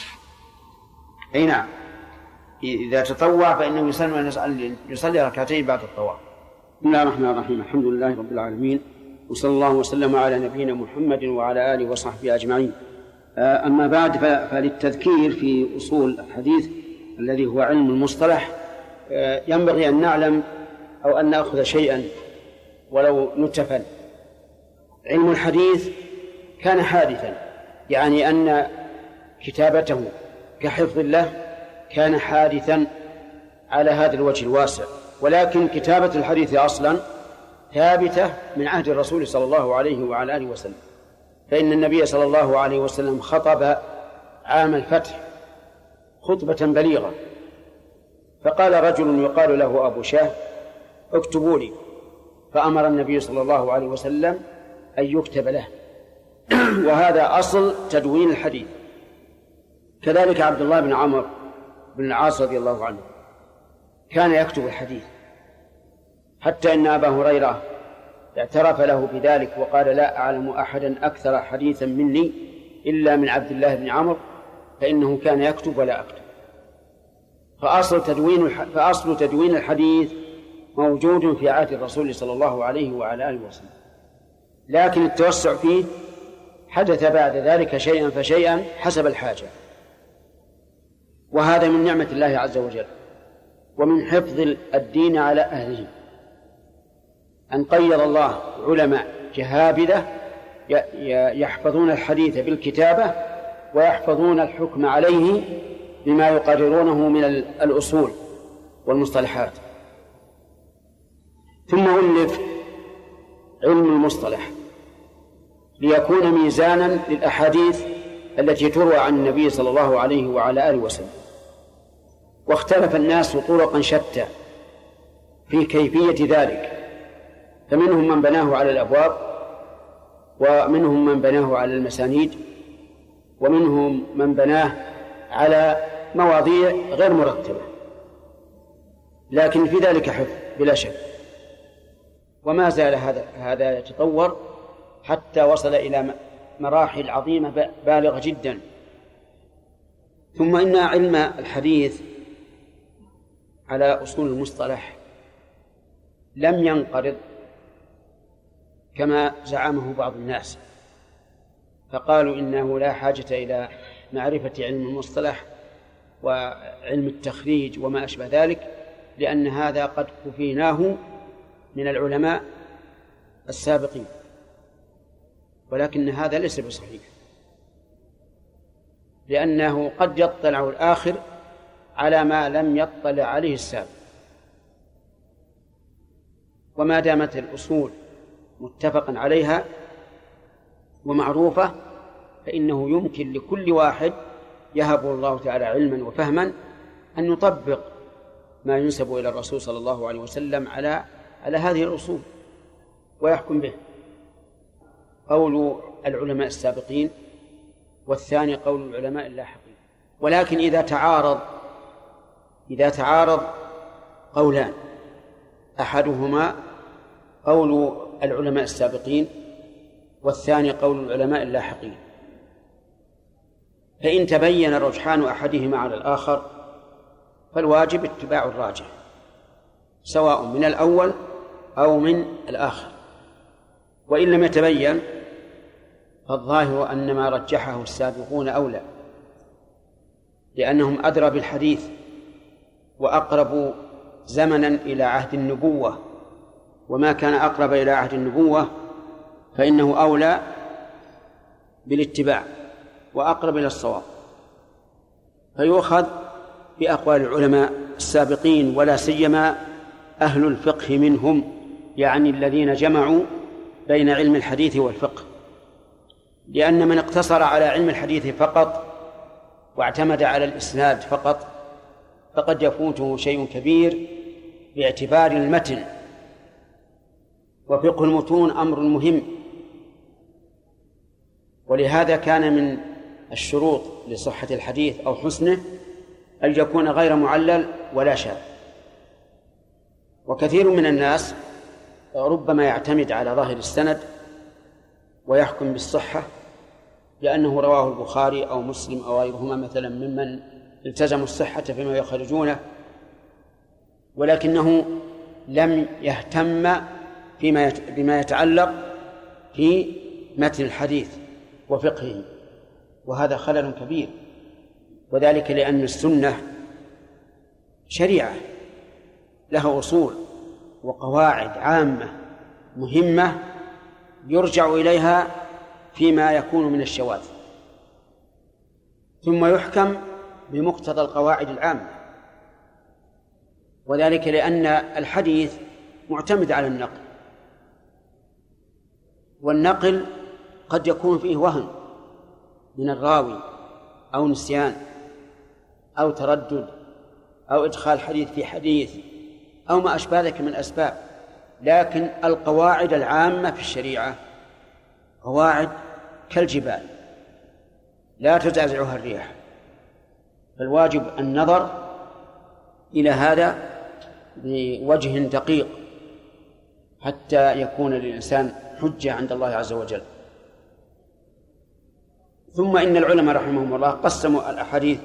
أي نعم. إذا تطوع فإنه يسلم أن يصلي ركعتين بعد الطواف. بسم الله الرحمن الرحيم، الحمد لله رب العالمين، وصلى الله وسلم على نبينا محمد وعلى آله وصحبه أجمعين. أما بعد، فللتذكير في أصول الحديث الذي هو علم المصطلح ينبغي أن نعلم أو أن نأخذ شيئا ولو نتفا. علم الحديث كان حادثا، يعني أن كتابته كحفظ الله كان حادثا على هذا الوجه الواسع، ولكن كتابة الحديث أصلا ثابتة من عهد الرسول صلى الله عليه وعلى آله وسلم، فإن النبي صلى الله عليه وسلم خطب عام الفتح خطبة بليغة، فقال رجل يقال له أبو شاه اكتبوا لي، فأمر النبي صلى الله عليه وسلم أن يكتب له، وهذا أصل تدوين الحديث. كذلك عبد الله بن عمرو بن العاص رضي الله عنه كان يكتب الحديث، حتى إن أبا هريرة اعترف له بذلك وقال لا أعلم أحدا أكثر حديثا مني إلا من عبد الله بن عمرو، فإنه كان يكتب ولا أكتب. فأصل تدوين فأصل تدوين الحديث موجود في عهد الرسول صلى الله عليه وعلى آله وسلم، لكن التوسع فيه حدث بعد ذلك شيئا فشيئا حسب الحاجة، وهذا من نعمة الله عز وجل ومن حفظ الدين على أهله، أن قيض الله علماء جهابذة يحفظون الحديث بالكتابة ويحفظون الحكم عليه بما يقررونه من الأصول والمصطلحات. ثم ألف علم المصطلح ليكون ميزانا للأحاديث التي تروى عن النبي صلى الله عليه وعلى آله وسلم. واختلف الناس طرقا شتى في كيفية ذلك، فمنهم من بناه على الأبواب، ومنهم من بناه على المسانيد، ومنهم من بناه على مواضيع غير مرتبة، لكن في ذلك حفظ بلا شك. وما زال هذا هذا يتطور حتى وصل إلى مراحل عظيمة بالغة جدا. ثم إن علم الحديث على أصول المصطلح لم ينقرض كما زعمه بعض الناس، فقالوا إنه لا حاجة إلى معرفة علم المصطلح وعلم التخريج وما أشبه ذلك، لأن هذا قد كفيناه من العلماء السابقين. ولكن هذا ليس بصحيح، لأنه قد يطلع الآخر على ما لم يطلع عليه السابق، وما دامت الأصول متفقا عليها ومعروفة فإنه يمكن لكل واحد يهب الله تعالى علما وفهما أن يطبق ما ينسب إلى الرسول صلى الله عليه وسلم على على هذه الأصول ويحكم به. قول العلماء السابقين، والثاني قول العلماء اللاحقين. ولكن إذا تعارض إذا تعارض قولان، أحدهما قول العلماء السابقين والثاني قول العلماء اللاحقين، فإن تبين رجحان أحدهما على الآخر فالواجب اتباع الراجح، سواء من الأول أو من الآخر. وإن لم يتبين فالظاهر أن ما رجحه السابقون أولى، لأنهم أدرى بالحديث وأقرب زمنا إلى عهد النبوة، وما كان أقرب إلى عهد النبوة فإنه أولى بالاتباع وأقرب إلى الصواب، فيؤخذ بأقوال العلماء السابقين، ولا سيما أهل الفقه منهم، يعني الذين جمعوا بين علم الحديث والفقه. لأن من اقتصر على علم الحديث فقط واعتمد على الإسناد فقط فقد يفوته شيء كبير باعتبار المتن، وفقه المتون أمر مهم. ولهذا كان من الشروط لصحة الحديث أو حسنه أن يكون غير معلل ولا شاذ. وكثير من الناس ربما يعتمد على ظاهر السند ويحكم بالصحة لأنه رواه البخاري أو مسلم أو غيرهما مثلا ممن التزموا الصحة فيما يخرجونه، ولكنه لم يهتم فيما بما يتعلق في متن الحديث وفقهه، وهذا خلل كبير. وذلك لأن السنة شريعة لها أصول وقواعد عامة مهمة يرجع إليها فيما يكون من الشواذ، ثم يحكم بمقتضى القواعد العامة. وذلك لأن الحديث معتمد على النقل، والنقل قد يكون فيه وهم من الراوي أو نسيان أو تردد أو إدخال حديث في حديث أو ما أشبه ذلك من الأسباب، لكن القواعد العامة في الشريعة قواعد كالجبال لا تزعزعها الرياح، فالواجب النظر إلى هذا بوجه دقيق حتى يكون للإنسان حجة عند الله عز وجل. ثم إن العلماء رحمهم الله قسموا الأحاديث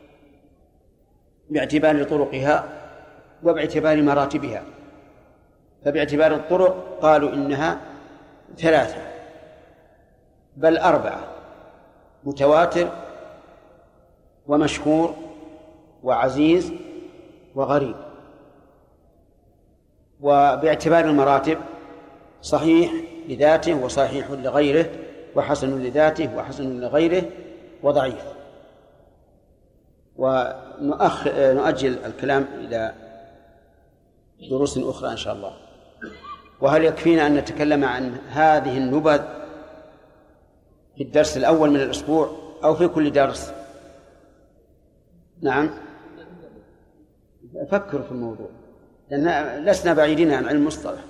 باعتبار طرقها وباعتبار مراتبها. فباعتبار الطرق قالوا إنها ثلاثة بل أربعة: متواتر ومشهور وعزيز وغريب. وباعتبار المراتب: صحيح لذاته وصحيح لغيره وحسن لذاته وحسن لغيره وضعيف. ونؤجل الكلام إلى دروس أخرى إن شاء الله. وهل يكفينا أن نتكلم عن هذه النبذ في الدرس الأول من الأسبوع أو في كل درس؟ نعم، فكروا في الموضوع لأن لسنا بعيدين عن علم المصطلح.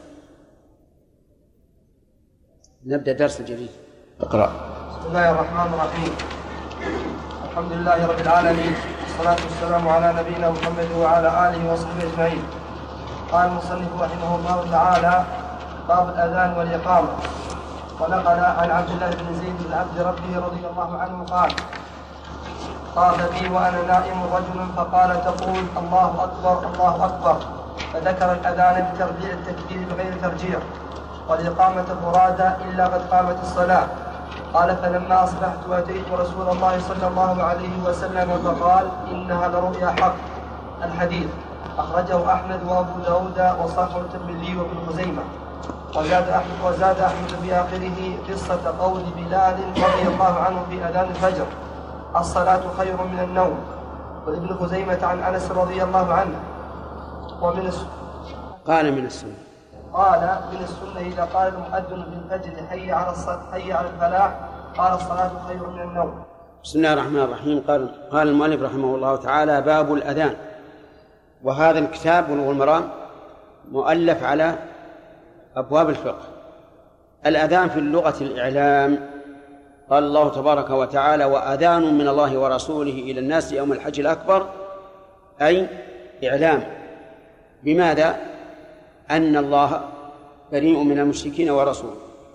نبدأ درس جديد. اقرأ. بسم الله الرحمن الرحيم. الحمد لله رب العالمين، والصلاة والسلام على نبينا محمد وعلى آله وصحبه أجمعين. قال المصنف رحمه الله تعالى: باب الأذان والإقامة. ونقل عن عبد الله بن زيد بن عبد ربه رضي الله عنه قال: طاف بي وأنا نائم رجل فقال: تقول الله أكبر الله أكبر، فذكر الأذان بترجيع التكبير بغير ترجيع، والإقامة فرادى إلا قد قامت الصلاة. قال: فلما أصبحت أتيت رسول الله صلى الله عليه وسلم فقال: إنها لرؤيا حق. الحديث أخرجه أحمد وأبو داود وصححه الترمذي وابن خزيمة. وزاد أحمد وزاد أحمد في آخره قصة قول بلال رضي الله عنه في أذان الفجر: الصلاة خير من النوم. وابن خزيمة عن أنس رضي الله عنه. ومن الس... قال من السنة قال من السنة إذا قال المؤذن بالفجر حي على الصلاة حي على الفلاح قال الصلاة خير من النوم. بسم الله الرحمن الرحيم. قال قال المؤلف رحمه الله تعالى: باب الأذان. وهذا الكتاب بلوغ المرام مؤلف على أبواب الفقه. الأذان في اللغة الإعلام. قال الله تبارك وتعالى: وأذان من الله ورسوله إلى الناس يوم الحج الأكبر، أي إعلام. بماذا؟ أن الله بريء من المشركين ورسوله.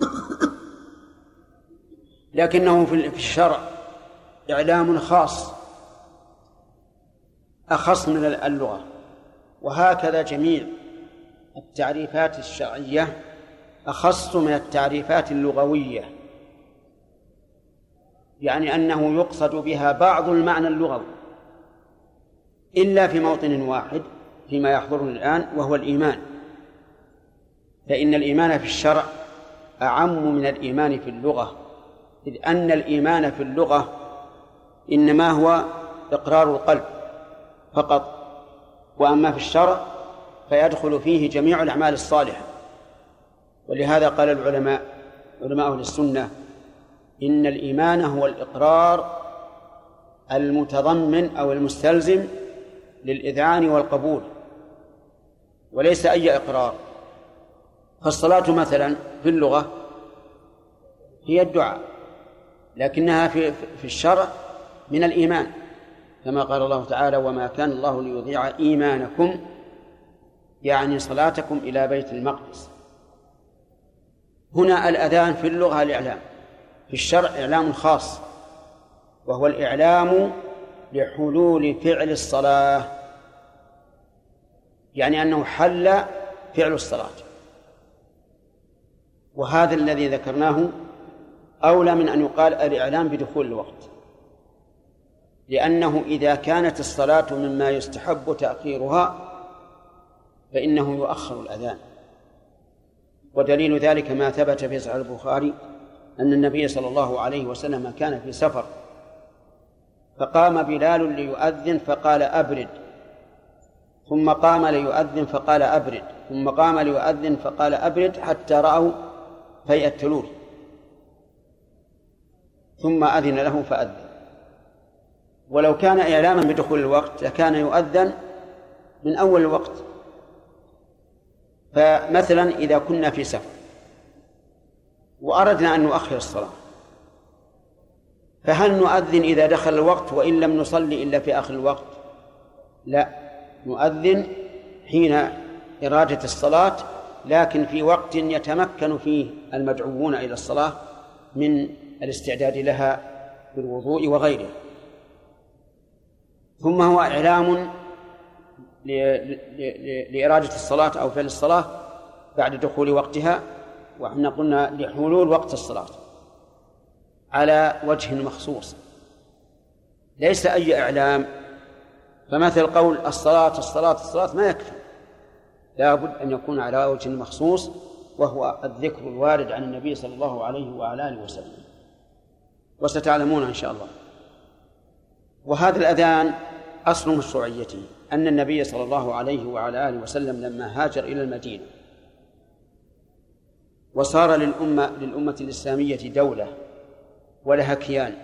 لكنه في الشرع إعلام خاص أخص من اللغة. وهكذا جميع التعريفات الشرعية أخص من التعريفات اللغوية، يعني أنه يقصد بها بعض المعنى اللغوي إلا في موطن واحد فيما يحضرنا الآن، وهو الإيمان. فإن الإيمان في الشرع أعم من الإيمان في اللغة، إذ أن الإيمان في اللغة إنما هو إقرار القلب فقط، وأما في الشرع فيدخل فيه جميع الأعمال الصالحة. ولهذا قال العلماء علماء أهل السنة: إن الإيمان هو الإقرار المتضمن أو المستلزم للإذعان والقبول، وليس أي إقرار. فالصلاة مثلا في اللغة هي الدعاء، لكنها في في الشرع من الإيمان، كما قال الله تعالى: وما كان الله ليضيع إيمانكم، يعني صلاتكم إلى بيت المقدس. هنا الأذان في اللغة الإعلام، في الشرع إعلام خاص، وهو الإعلام لحلول فعل الصلاة، يعني أنه حل فعل الصلاة. وهذا الذي ذكرناه أولى من أن يقال الإعلام بدخول الوقت، لأنه إذا كانت الصلاة مما يستحب تأخيرها فإنه يؤخر الأذان. ودليل ذلك ما ثبت في صحيح البخاري أن النبي صلى الله عليه وسلم كان في سفر، فقام بلال ليؤذن فقال: أبرد. ثم قام ليؤذن فقال: أبرد. ثم قام ليؤذن فقال: أبرد، حتى رأوا فيء التلول، ثم أذن له فأذن. ولو كان إعلاما بدخول الوقت لكان يؤذن من أول الوقت. فمثلا إذا كنا في سفر وأردنا أن نؤخر الصلاة، فهل نؤذن إذا دخل الوقت وإن لم نصلي إلا في آخر الوقت؟ لا، نؤذن حين إرادة الصلاة، لكن في وقت يتمكن فيه المدعوون إلى الصلاة من الاستعداد لها بالوضوء وغيره. ثم هو إعلام لإرادة الصلاة أو فعل الصلاة بعد دخول وقتها، وإحنا قلنا لحلول وقت الصلاة على وجه مخصوص، ليس أي إعلام. فمثل قول الصلاة الصلاة الصلاة ما يكفي، لا بد أن يكون على وجه مخصوص، وهو الذكر الوارد عن النبي صلى الله عليه وعلى آله وسلم، وستعلمون إن شاء الله. وهذا الأذان أصل مشروعيته أن النبي صلى الله عليه وعلى آله وسلم لما هاجر إلى المدينة وصار للأمة للأمة الإسلامية دولة ولها كيان،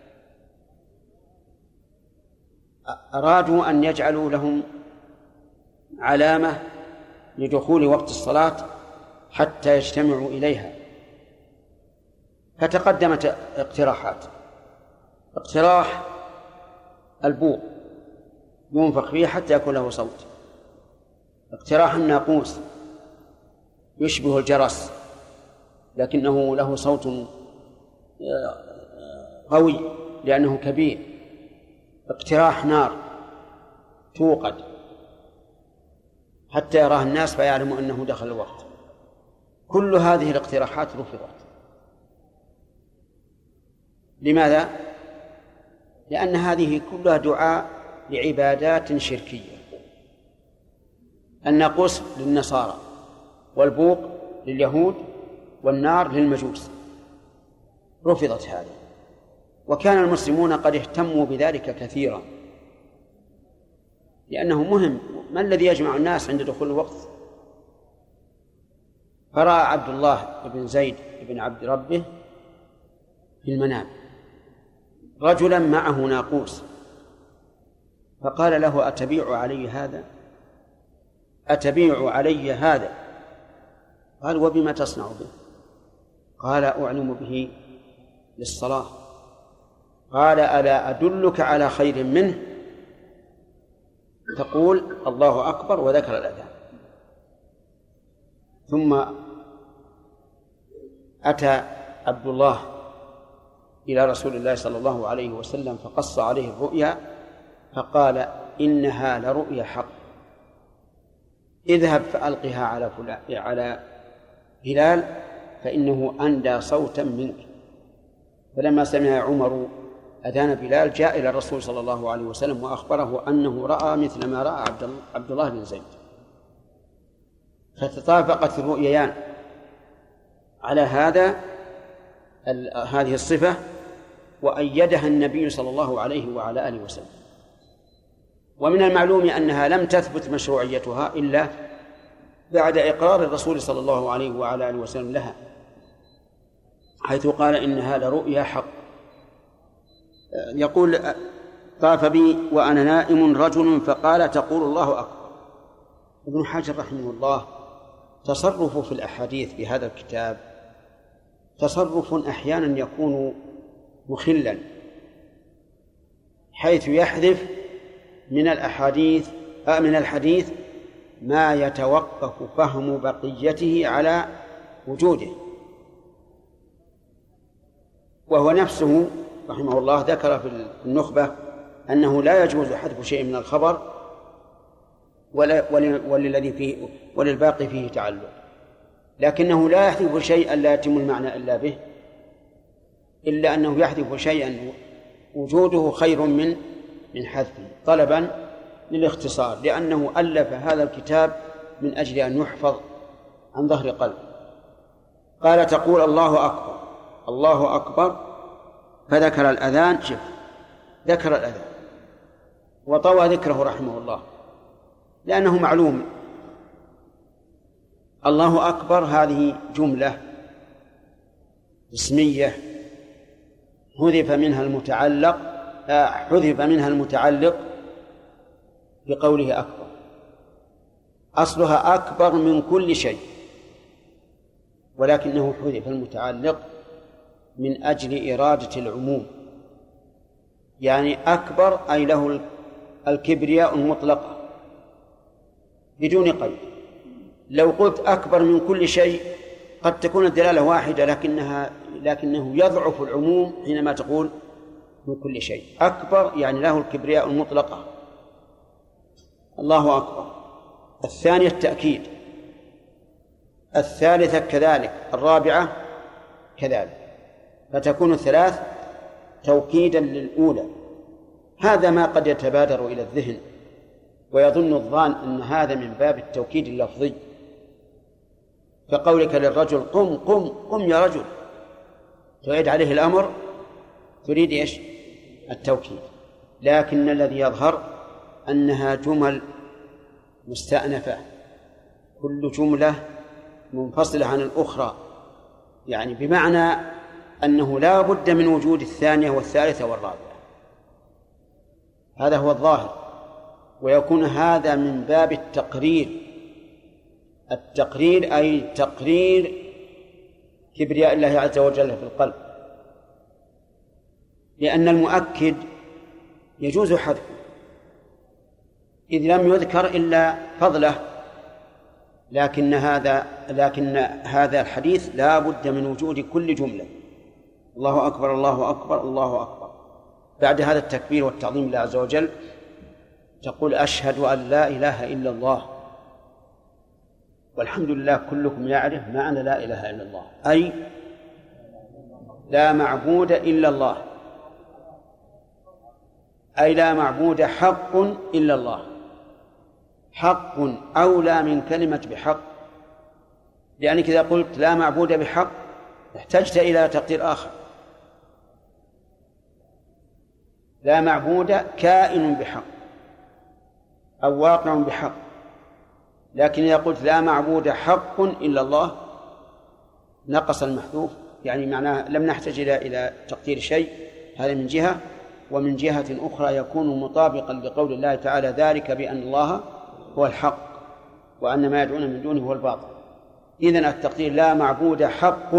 أرادوا أن يجعلوا لهم علامة لدخول وقت الصلاة حتى يجتمعوا إليها، فتقدمت اقتراحات. اقتراح البوق ينفخ فيه حتى يكون له صوت، اقتراح الناقوس يشبه الجرس لكنه له صوت قوي لأنه كبير، اقتراح نار توقد حتى يراه الناس فيعلموا أنه دخل الوقت. كل هذه الاقتراحات رفضت. لماذا؟ لأن هذه كلها دعاء لعبادات شركية. الناقوس للنصارى، والبوق لليهود، والنار للمجوس. رفضت هذه، وكان المسلمون قد اهتموا بذلك كثيرا، لأنه مهم. ما الذي يجمع الناس عند دخول الوقت؟ فرأى عبد الله بن زيد بن عبد ربه في المنام رجلا معه ناقوس، فقال له: أتبيع علي هذا؟ أتبيع علي هذا؟ قال: وبما تصنع به؟ قال: أعلم به للصلاة. قال: ألا أدلك على خير منه؟ تقول الله أكبر وذكر الأذان. ثم أتى عبد الله إلى رسول الله صلى الله عليه وسلم فقص عليه الرؤيا، فقال: إنها لرؤيا حق، اذهب فألقها على فلان على هلال فإنه أندى صوتا منك. فلما سمع عمر أذان بلال جاء إلى الرسول صلى الله عليه وسلم وأخبره أنه رأى مثل ما رأى عبد الله بن زيد، فتطابقت الرؤيان على هذا هذه الصفة، وأيدها النبي صلى الله عليه وعلى آله وسلم. ومن المعلوم أنها لم تثبت مشروعيتها إلا بعد إقرار الرسول صلى الله عليه وعلى آله وسلم لها، حيث قال: إنها لرؤيا حق. يقول: طاف بي وأنا نائم رجل فقال: تقول الله أكبر. ابن حجر رحمه الله تصرف في الأحاديث بهذا الكتاب تصرف أحيانا يكون مخلا، حيث يحذف من الأحاديث من الحديث ما يتوقف فهم بقيته على وجوده. وهو نفسه رحمه الله ذكر في النخبة أنه لا يجوز حذف شيء من الخبر وللذي فيه وللباقي فيه تعلق، لكنه لا يحذف شيئا لا يتم المعنى إلا به، إلا أنه يحذف شيئا وجوده خير من من حذفه طلبا للاختصار، لأنه ألف هذا الكتاب من أجل أن يحفظ عن ظهر قلب. قال: تقول الله أكبر، الله أكبر، فذكر الأذان. شف ذكر الأذان وطوى ذكره رحمه الله، لأنه معلوم الله أكبر هذه جملة اسمية حذف منها المتعلق حذف منها المتعلق بقوله أكبر، أصلها أكبر من كل شيء، ولكنه حذف المتعلق من أجل إرادة العموم، يعني أكبر أي له الكبرياء المطلقة بدون قيد. لو قلت أكبر من كل شيء قد تكون الدلالة واحدة، لكنها لكنه يضعف العموم حينما تقول من كل شيء. أكبر يعني له الكبرياء المطلقة. الله أكبر. الثانية التأكيد، الثالثة كذلك، الرابعة كذلك، فتكون الثلاث توكيدا للأولى. هذا ما قد يتبادر إلى الذهن ويظن الظان أن هذا من باب التوكيد اللفظي، كقولك للرجل قم قم قم يا رجل، تعيد عليه الأمر، تريد إيش؟ التوكيد. لكن الذي يظهر أنها جمل مستأنفة، كل جملة منفصلة عن الأخرى يعني بمعنى أنه لا بد من وجود الثانية والثالثة والرابعة، هذا هو الظاهر. ويكون هذا من باب التقرير، التقرير أي تقرير كبرياء الله عز وجل في القلب، لأن المؤكد يجوز حذفه إذ لم يذكر إلا فضله، لكن هذا لكن هذا الحديث لا بد من وجود كل جملة الله أكبر الله أكبر الله أكبر. بعد هذا التكبير والتعظيم لله عز وجل تقول أشهد أن لا إله إلا الله، والحمد لله كلكم يعرف معنى لا إله إلا الله، أي لا معبود إلا الله، أي لا معبود حق إلا الله. حق أولى من كلمة بحق، لأنك إذا قلت لا معبود بحق احتجت إلى تقدير آخر، لا معبود كائن بحق أو واقع بحق، لكن إذا قلت لا معبود حق إلا الله نقص المحذوف، يعني معناه لم نحتاج إلى إلى تقدير شيء. هذا من جهة، ومن جهة أخرى يكون مطابقا لقول الله تعالى ذلك بأن الله هو الحق وأن ما يدعون من دونه هو الباطل. إذن التقدير لا معبود حق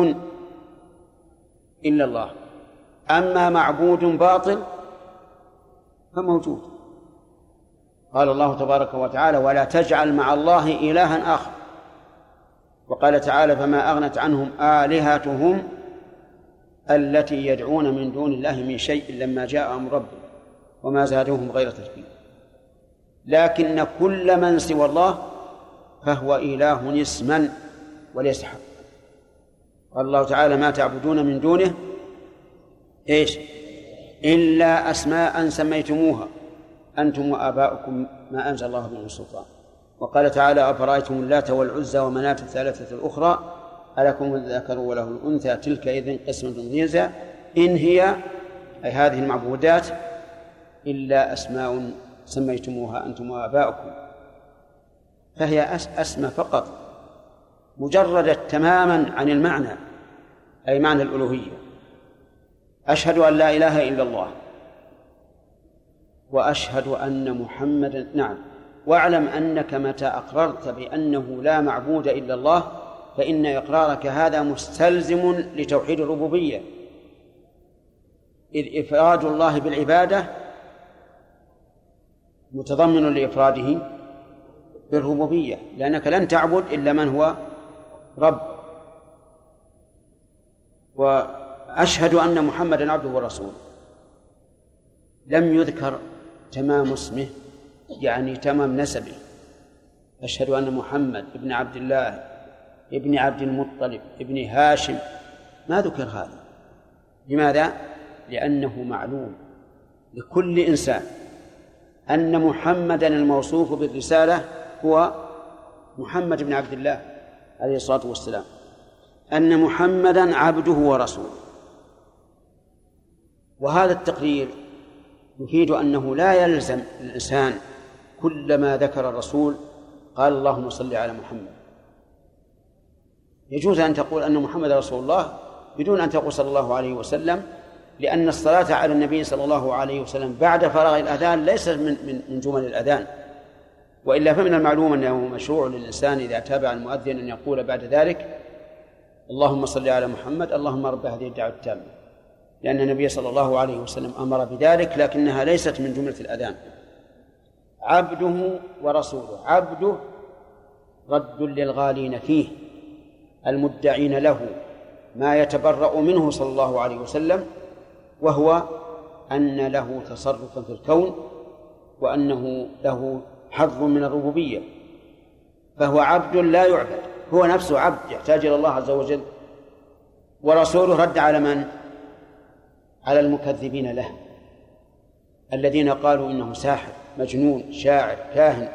إلا الله، أما معبود باطل فموجود. قال الله تبارك وتعالى ولا تجعل مع الله إلها آخر، وقال تعالى فما أغنت عنهم آلهتهم التي يدعون من دون الله من شيء لما جاء أمر ربهم وما زادوهم غير تتبيب. لكن كل من سوى الله فهو إله اسما وليس حقا. قال الله تعالى ما تعبدون من دونه إيش إلا أسماء سميتموها أنتم وآباؤكم ما أنزل الله به من سلطان. وقال تعالى أفرأيتم اللات والعزى ومناة الثالثة الأخرى ألكم الذكر وله الأنثى تلك إذن قسمة ضيزى إن هي أي هذه المعبودات إلا أسماء سميتموها أنتم وآباؤكم، فهي أسماء فقط مجردة تماما عن المعنى، أي معنى الألوهية. أشهد أن لا إله إلا الله وأشهد أن محمدا نعم واعلم أنك متى أقررت بأنه لا معبود إلا الله فإن إقرارك هذا مستلزم لتوحيد الربوبية، إذ إفراد الله بالعبادة متضمن لإفراده بالربوبية، لأنك لن تعبد إلا من هو رب. وأشهد أن محمدا عبده ورسوله لم يذكر تمام اسمه يعني تمام نسبه، أشهد أن محمد ابن عبد الله ابن عبد المطلب ابن هاشم، ما ذكر هذا. لماذا؟ لأنه معلوم لكل إنسان أن محمدا الموصوف بالرسالة هو محمد بن عبد الله عليه الصلاة والسلام، أن محمدا عبده ورسوله. وهذا التقرير يفيد أنه لا يلزم الإنسان كلما ذكر الرسول قال اللهم صل على محمد. يجوز أن تقول أن محمد رسول الله بدون أن تقول صلى الله عليه وسلم، لأن الصلاة على النبي صلى الله عليه وسلم بعد فراغ الأذان ليس من من جمل الأذان، وإلا فمن المعلوم أنه مشروع للإنسان إذا تابع المؤذن أن يقول بعد ذلك اللهم صل على محمد اللهم رب هذه الدعوة التامة، لأن النبي صلى الله عليه وسلم أمر بذلك، لكنها ليست من جملة الأذان. عبده ورسوله، عبده رد للغالين فيه المدعين له ما يتبرأ منه صلى الله عليه وسلم، وهو أن له تصرفا في الكون وأنه له حظ من الربوبية، فهو عبد لا يعبد، هو نفسه عبد يحتاج إلى الله عز وجل. ورسوله رد على من؟ على المكذبين له الذين قالوا إنه ساحر مجنون شاعر كاهن،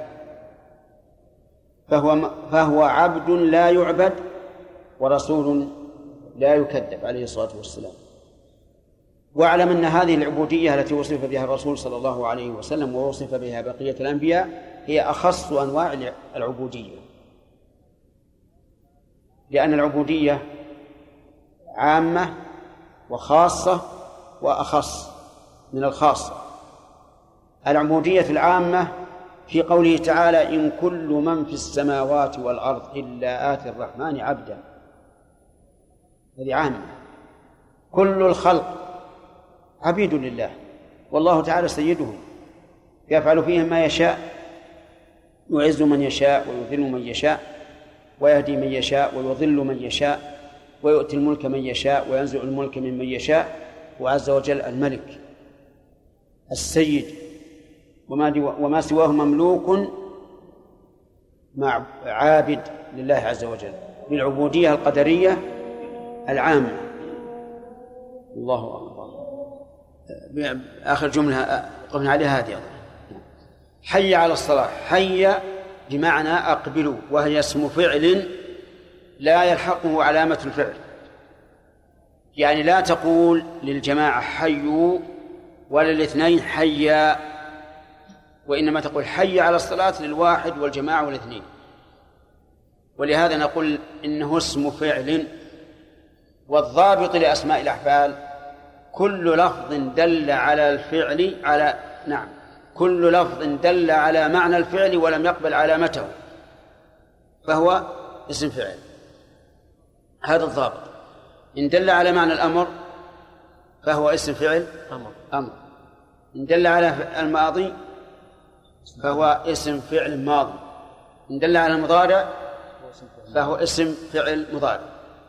فهو, فهو عبد لا يعبد ورسول لا يكذب عليه الصلاة والسلام. واعلم أن هذه العبودية التي وصف بها الرسول صلى الله عليه وسلم ووصف بها بقية الأنبياء هي أخص أنواع العبودية، لأن العبودية عامة وخاصة وأخص من الخاصة. العبودية العامة في قوله تعالى إن كل من في السماوات والأرض إلا آتي الرحمن عبدا، هذه عامة، كل الخلق عبيد لله والله تعالى سيدهم يفعل فيهم ما يشاء، يعز من يشاء ويذل من يشاء، ويهدي من يشاء ويضل من يشاء، ويؤتي الملك من يشاء وينزع الملك ممن يشاء، وعز وجل الملك السيد، وما, وما سواه مملوك مع عابد لله عز وجل بالعبودية القدرية العامة. الله أكبر. آخر جملة قمنا عليها هذه، حي على الصلاة. حي بمعنى أقبلوا، وهي اسم فعل لا يلحقه علامة الفعل، يعني لا تقول للجماعة حيوا ولا الاثنين حيا، وإنما تقول حي على الصلاة للواحد والجماعة والاثنين. ولهذا نقول إنه اسم فعل. والضابط لأسماء الأفعال كل لفظ دل على الفعل على نعم كل لفظ دل على معنى الفعل ولم يقبل علامته فهو اسم فعل. هذا الضابط. إن دل على معنى الأمر فهو اسم فعل أمر, أمر. إن دل على الماضي فهو اسم فعل ماضي. إن دل على المضارع فهو اسم فعل مضارع.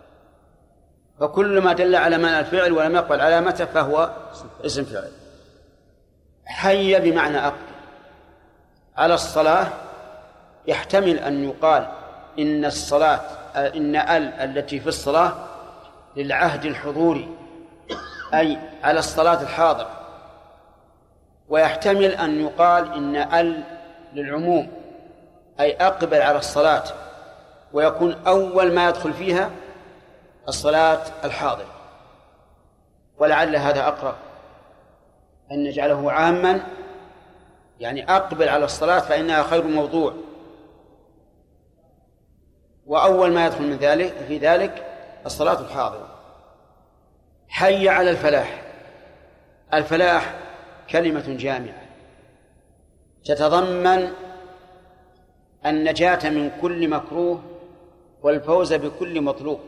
فكل ما دل على معنى الفعل ولم يقبل علامته فهو اسم فعل. حي بمعنى أقبل على الصلاة. يحتمل أن يقال إن الصلاة إن ال التي في الصلاة للعهد الحضوري، أي على الصلاة الحاضرة، ويحتمل أن يقال إن ال للعموم، أي أقبل على الصلاة، ويكون أول ما يدخل فيها الصلاة الحاضرة. ولعل هذا أقرب أن نجعله عاما، يعني أقبل على الصلاة فإنها خير موضوع، وأول ما يدخل من ذلك في ذلك الصلاة الحاضرة. حي على الفلاح. الفلاح كلمة جامعة تتضمن النجاة من كل مكروه والفوز بكل مطلوب.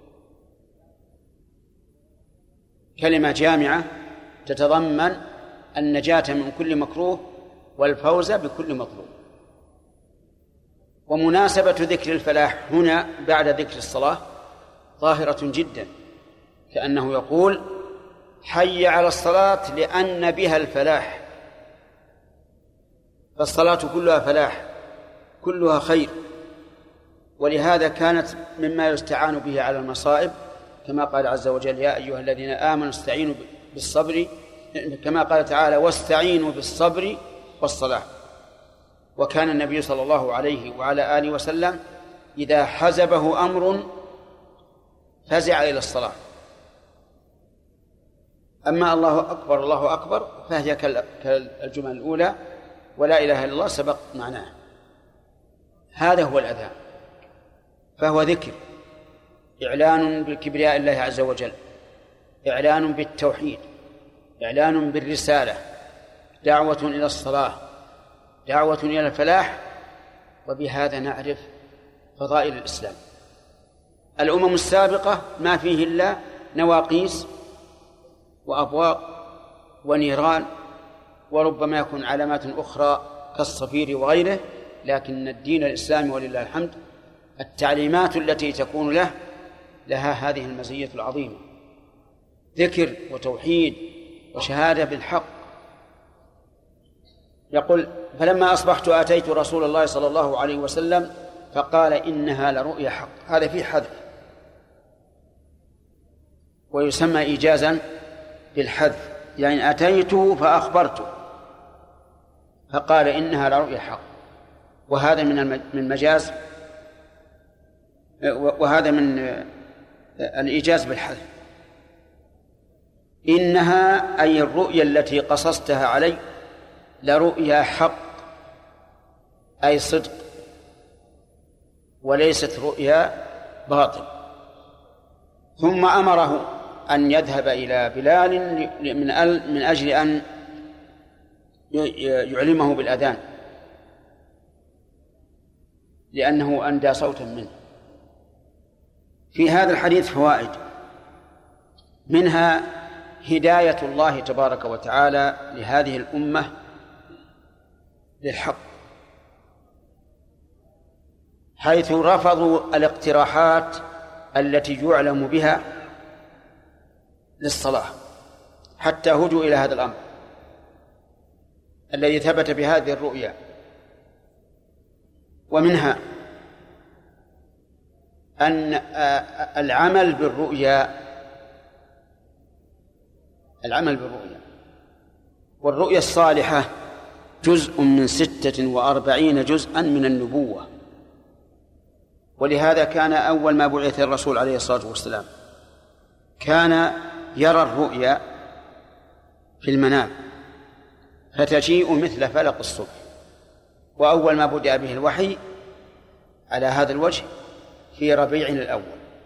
كلمة جامعة تتضمن النجاة من كل مكروه والفوز بكل مطلوب. ومناسبة ذكر الفلاح هنا بعد ذكر الصلاة ظاهرة جدا، كأنه يقول حي على الصلاة لأن بها الفلاح. فالصلاة كلها فلاح، كلها خير، ولهذا كانت مما يستعان به على المصائب، كما قال عز وجل يا أيها الذين آمنوا استعينوا بالصبر، كما قال تعالى واستعينوا بالصبر والصلاة. وكان النبي صلى الله عليه وعلى آله وسلم إذا حزبه أمر فزع إلى الصلاة. أما الله أكبر الله أكبر فهي كالجمل الأولى، ولا إله إلا الله سبق معناه. هذا هو الأذان، فهو ذكر، إعلان بالكبرياء الله عز وجل، إعلان بالتوحيد، إعلان بالرسالة، دعوة إلى الصلاة، دعوة إلى الفلاح. وبهذا نعرف فضائل الإسلام. الأمم السابقة ما فيه إلا نواقيس وأبواق ونيران، وربما يكون علامات أخرى كالصفير وغيره، لكن الدين الإسلامي ولله الحمد التعليمات التي تكون له لها هذه المزية العظيمة، ذكر وتوحيد وشهادة بالحق. يقول فلما أصبحت أتيت رسول الله صلى الله عليه وسلم فقال إنها لرؤيا حق. هذا فيه حذف، ويسمى إيجازا بالحذف، يعني أتيته فأخبرته فقال إنها لرؤيا حق. وهذا من من مجاز، وهذا من الإيجاز بالحذف. إنها أي الرؤيا التي قصصتها علي لرؤيا حق، أي صدق، وليست رؤيا باطل. ثم أمره أن يذهب إلى بلال من أجل أن يعلمه بالأذان لأنه أندى صوتا منه. في هذا الحديث فوائد، منها هداية الله تبارك وتعالى لهذه الأمة للحق، حيث رفضوا الاقتراحات التي يعلم بها للصلاة حتى هدوا إلى هذا الأمر الذي ثبت بهذه الرؤيا. ومنها أن العمل بالرؤيا العمل بالرؤيا والرؤيا الصالحة جزء من ستة وأربعين جزءا من النبوة، ولهذا كان أول ما بعث الرسول عليه الصلاة والسلام كان يرى الرؤيا في المنام فتجيء مثل فلق الصبح، وأول ما بدأ به الوحي على هذا الوجه في ربيع الأول،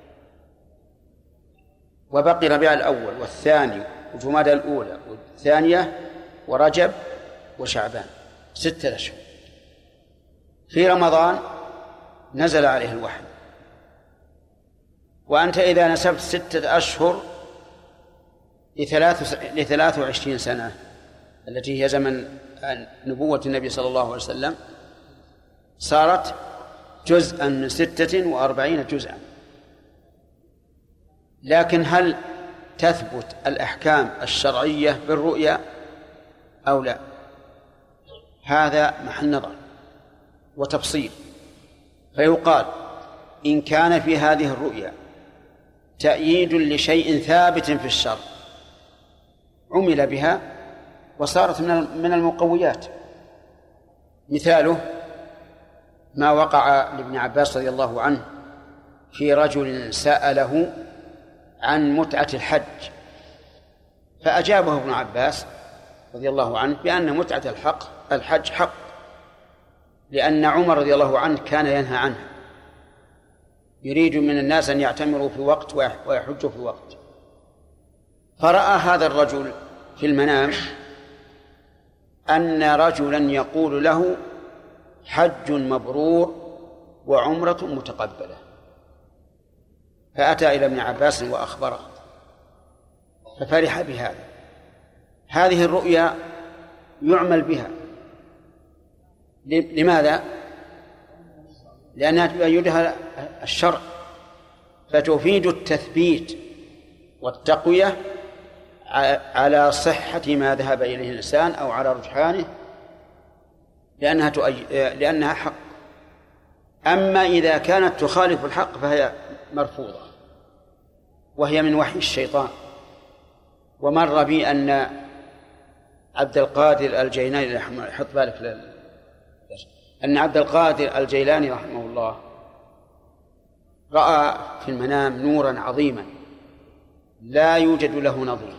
وبقي ربيع الأول والثاني وجمادى الأولى والثانية ورجب وشعبان ستة أشهر. في رمضان نزل عليه الوحي، وأنت إذا نسبت ستة أشهر لثلاث وعشرين سنة التي هي زمن نبوة النبي صلى الله عليه وسلم صارت جزءا من ستة وأربعين جزءا. لكن هل تثبت الأحكام الشرعية بالرؤيا أو لا؟ هذا محل نظر وتفصيل. فيقال إن كان في هذه الرؤيا تأييد لشيء ثابت في الشرع عمل بها وصارت من المقويات. مثاله ما وقع لابن عباس رضي الله عنه في رجل سأله عن متعة الحج، فأجابه ابن عباس رضي الله عنه بأن متعة الحق الحج حق، لأن عمر رضي الله عنه كان ينهى عنها، يريد من الناس أن يعتمروا في وقت ويحجوا في وقت. فرأى هذا الرجل في المنام أن رجلا يقول له حج مبرور وعمرة متقبلة، فأتى إلى ابن عباس وأخبره ففرح بهذا. هذه الرؤيا يعمل بها. لماذا؟ لأنها تؤيدها الشرع فتفيد التثبيت والتقوية على صحة ما ذهب إليه الإنسان أو على رجحانه، لأنها تؤيد لأنها حق. أما إذا كانت تخالف الحق فهي مرفوضة وهي من وحي الشيطان. ومر بي أن عبد القادر الجيلاني حط بالك أن عبد القادر الجيلاني رحمه الله رأى في المنام نورا عظيما لا يوجد له نظير،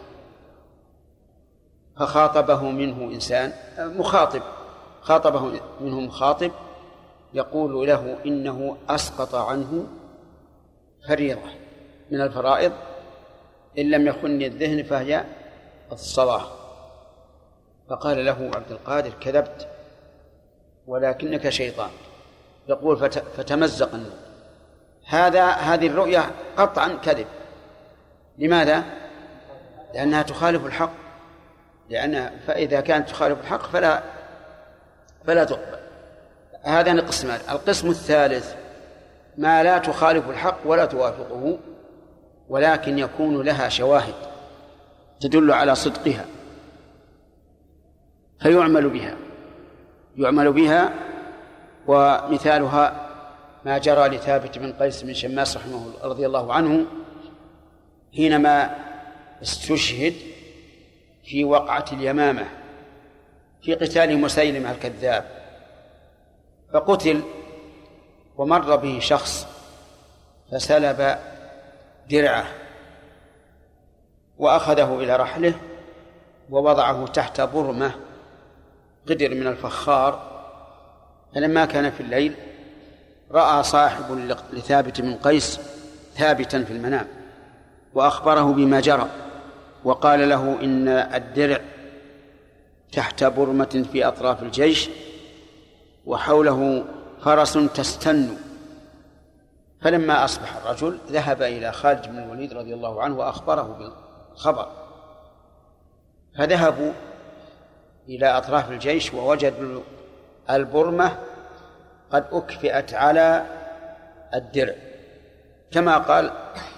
فخاطبه منه إنسان مخاطب خاطبه منه مخاطب يقول له إنه أسقط عنه فريضة من الفرائض إن لم يخن الذهن فهي الصلاة. فقال له عبد القادر كذبت ولكنك شيطان. يقول فتمزق النور. هذا هذه الرؤيا قطعا كذب. لماذا؟ لأنها تخالف الحق، لأنها فإذا كانت تخالف الحق فلا فلا تقبل. هذان القسمان. القسم الثالث ما لا تخالف الحق ولا توافقه ولكن يكون لها شواهد تدل على صدقها فيعمل بها يعمل بها ومثالها ما جرى لثابت بن قيس بن شماس رحمه الله رضي الله عنه حينما استشهد في وقعة اليمامة في قتال مسيلمة الكذاب، فقتل ومر به شخص فسلب درعه وأخذه إلى رحله ووضعه تحت برمة قدر من الفخار. فلما كان في الليل رأى صاحب لثابت بن قيس ثابتا في المنام وأخبره بما جرى، وقال له إن الدرع تحت برمة في أطراف الجيش وحوله فرس تستن. فلما أصبح الرجل ذهب إلى خالد بن الوليد رضي الله عنه وأخبره بالخبر، فذهبوا إلى أطراف الجيش ووجدوا البرمة قد أكفئت على الدرع كما قال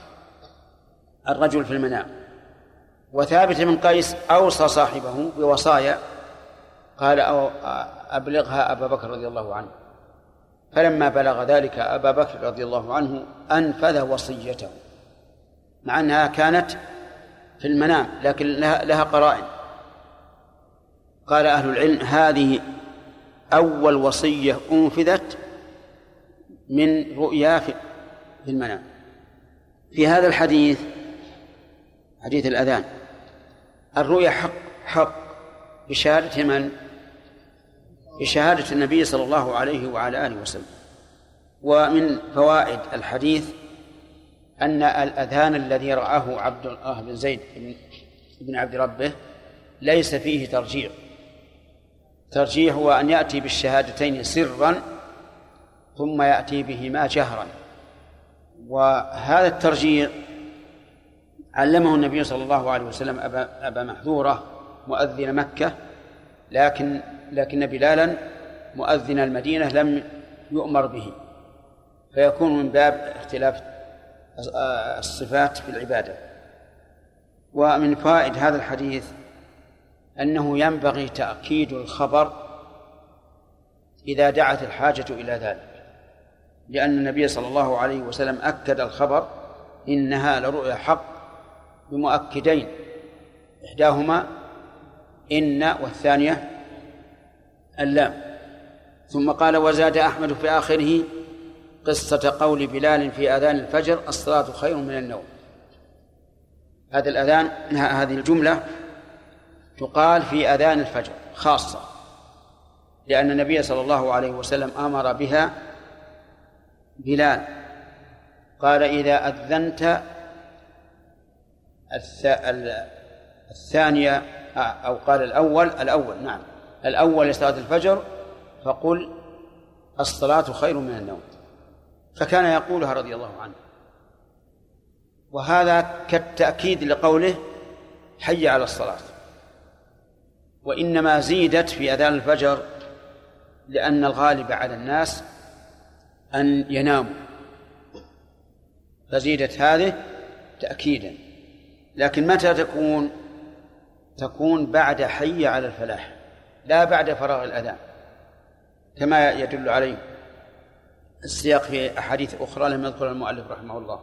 الرجل في المنام. وثابت بن قيس أوصى صاحبه بوصايا، قال أو أبلغها أبا بكر رضي الله عنه، فلما بلغ ذلك أبا بكر رضي الله عنه أنفذ وصيته، مع أنها كانت في المنام لكن لها, لها قرائن. قال أهل العلم هذه أول وصية أنفذت من رؤيا في المنام. في هذا الحديث، حديث الأذان، الرؤيا حق حق بشهادة من؟ بشهادة النبي صلى الله عليه وعلى آله وسلم. ومن فوائد الحديث أن الأذان الذي رآه عبد الله بن زيد بن عبد ربه ليس فيه ترجيع. ترجيح هو أن يأتي بالشهادتين سرا ثم يأتي بهما جهرا، وهذا الترجيع علمه النبي صلى الله عليه وسلم أبا, أبا محذورة مؤذن مكة، لكن لكن بلالا مؤذن المدينة لم يؤمر به، فيكون من باب اختلاف الصفات في العبادة. ومن فائد هذا الحديث أنه ينبغي تأكيد الخبر إذا دعت الحاجة إلى ذلك، لأن النبي صلى الله عليه وسلم أكد الخبر إنها لرؤيا حق بمؤكدين، إحداهما إن والثانية اللام. ثم قال وزاد أحمد في آخره قصة قول بلال في أذان الفجر الصلاة خير من النوم. هذا الأذان، هذه الجملة تقال في أذان الفجر خاصة، لأن النبي صلى الله عليه وسلم أمر بها بلال، قال إذا أذنت الثانية أو قال الأول الأول نعم الأول لصلاة الفجر فقل الصلاة خير من النوم، فكان يقولها رضي الله عنه. وهذا كالتأكيد لقوله حي على الصلاة. وإنما زيدت في أذان الفجر لأن الغالب على الناس أن يناموا، فزيدت هذه تأكيدا. لكن متى تكون؟ تكون بعد حي على الفلاح، لا بعد فراغ الأذان، كما يدل عليه السياق في أحاديث أخرى لم يذكر المؤلف رحمه الله.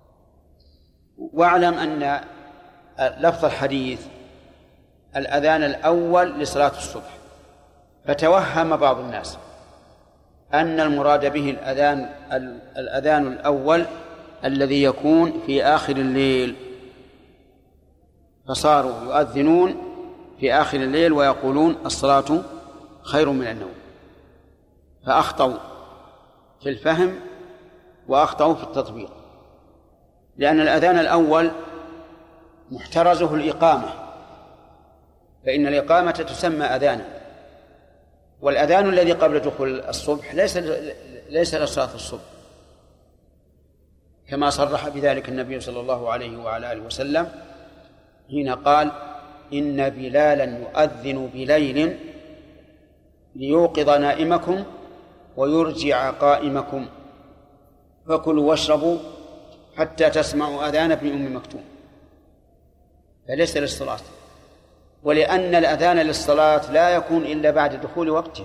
واعلم أن لفظ الحديث الأذان الأول لصلاة الصبح، فتوهم بعض الناس أن المراد به الأذان الأذان الأول الذي يكون في آخر الليل، فصاروا يؤذنون في آخر الليل ويقولون الصلاة خير من النوم، فأخطأوا في الفهم وأخطأوا في التطبيق، لأن الأذان الأول محترزه الإقامة، فإن الإقامة تسمى أذانا، والأذان الذي قبل دخول الصبح ليس ليس لصلاة الصبح، كما صرح بذلك النبي صلى الله عليه وعلى آله وسلم حين قال إن بلالا يؤذن بليل ليوقظ نائمكم ويرجع قائمكم فكلوا واشربوا حتى تسمعوا أذان ابن أم مكتوم، فليس للصلاة. ولأن الأذان للصلاة لا يكون إلا بعد دخول وقتها،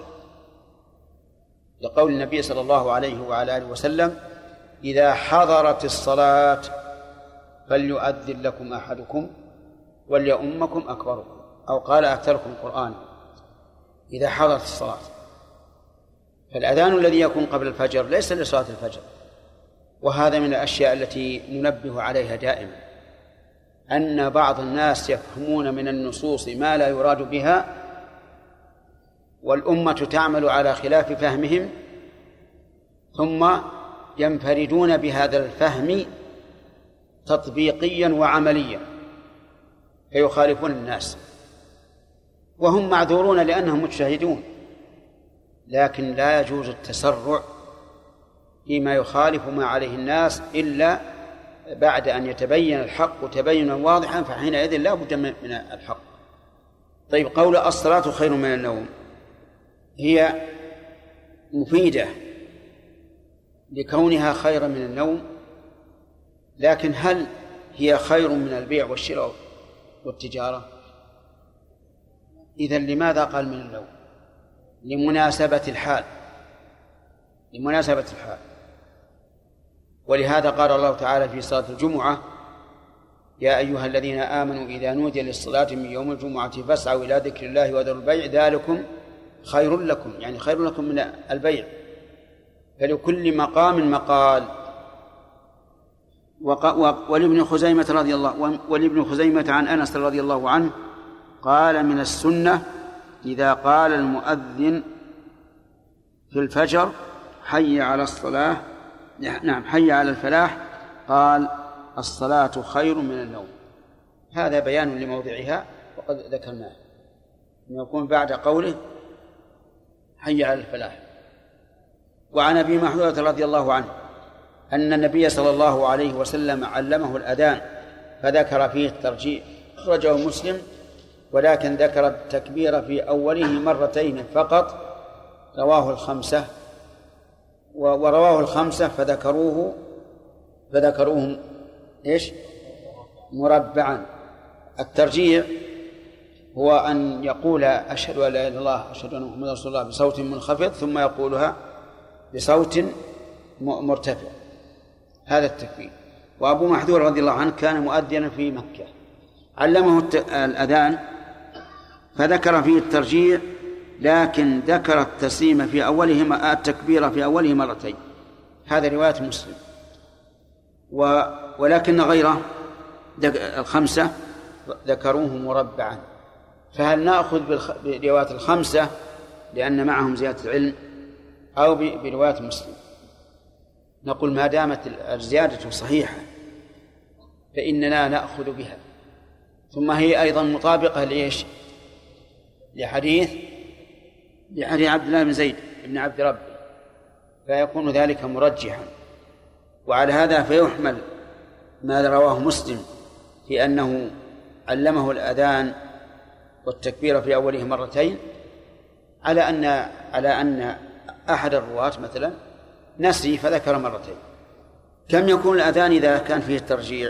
لقول النبي صلى الله عليه وعلى آله وسلم إذا حضرت الصلاة فليؤذن لكم أحدكم وليؤمكم أكبركم، أو قال أكثركم قرآنا، إذا حضرت الصلاة. فالأذان الذي يكون قبل الفجر ليس لصلاة الفجر. وهذا من الأشياء التي ننبه عليها دائما، أن بعض الناس يفهمون من النصوص ما لا يراد بها، والأمة تعمل على خلاف فهمهم، ثم ينفردون بهذا الفهم تطبيقيا وعمليا فيخالفون الناس، وهم معذورون لأنهم مجتهدون، لكن لا يجوز التسرع فيما يخالف ما عليه الناس إلا بعد أن يتبين الحق تبينا واضحا، فحينئذ لا بد من الحق. طيب، قول الصلاة خير من النوم هي مفيدة لكونها خير من النوم، لكن هل هي خير من البيع والشراء والتجارة؟ إذن لماذا قال من النوم؟ لمناسبة الحال، لمناسبة الحال. ولهذا قال الله تعالى في صلاة الجمعة: يا أيها الذين آمنوا إذا نودي للصلاة من يوم الجمعة فاسعوا إلى ذكر الله وذروا البيع ذلكم خير لكم، يعني خير لكم من البيع. فلكل مقام مقال. ولابن خزيمة رضي الله ولابن خزيمة عن أنس رضي الله عنه قال: من السنة إذا قال المؤذن في الفجر حي على الصلاة، نعم حي على الفلاح، قال: الصلاة خير من النوم. هذا بيان لموضعها وقد ذكرناه، أن يكون بعد قوله حي على الفلاح. وعن أبي محذورة رضي الله عنه أن النبي صلى الله عليه وسلم علمه الأذان فذكر فيه الترجيع، أخرجه مسلم، ولكن ذكر التكبير في أوله مرتين فقط، رواه الخمسة ورواه الخمسة فذكروه فذكروه إيش؟ مربعا. الترجيع هو أن يقول أشهد أن لا إله إلا الله أشهد أن محمدا رسول الله بصوت منخفض ثم يقولها بصوت مرتفع، هذا التكبير. وأبو محذور رضي الله عنه كان مؤذنا في مكة، علمه الأذان فذكر فيه الترجيع، لكن ذكر التسليم في أولهما التكبير في أوله مرتين، هذا رواية مسلم. ولكن غيره الخمسة ذكروه مربعا. فهل نأخذ برواية الخمسة لأن معهم زيادة العلم أو برواية مسلم؟ نقول ما دامت الزيادة صحيحة فإننا نأخذ بها، ثم هي أيضا مطابقة لإيش؟ لحديث لحديث عبد الله بن زيد بن عبد ربه، فيكون ذلك مرجحا. وعلى هذا فيحمل ما رواه مسلم في أنه علمه الأذان والتكبير في أوله مرتين على أن على أن أحد الرواة مثلا نسي فذكر مرتين. كم يكون الأذان إذا كان فيه الترجيع؟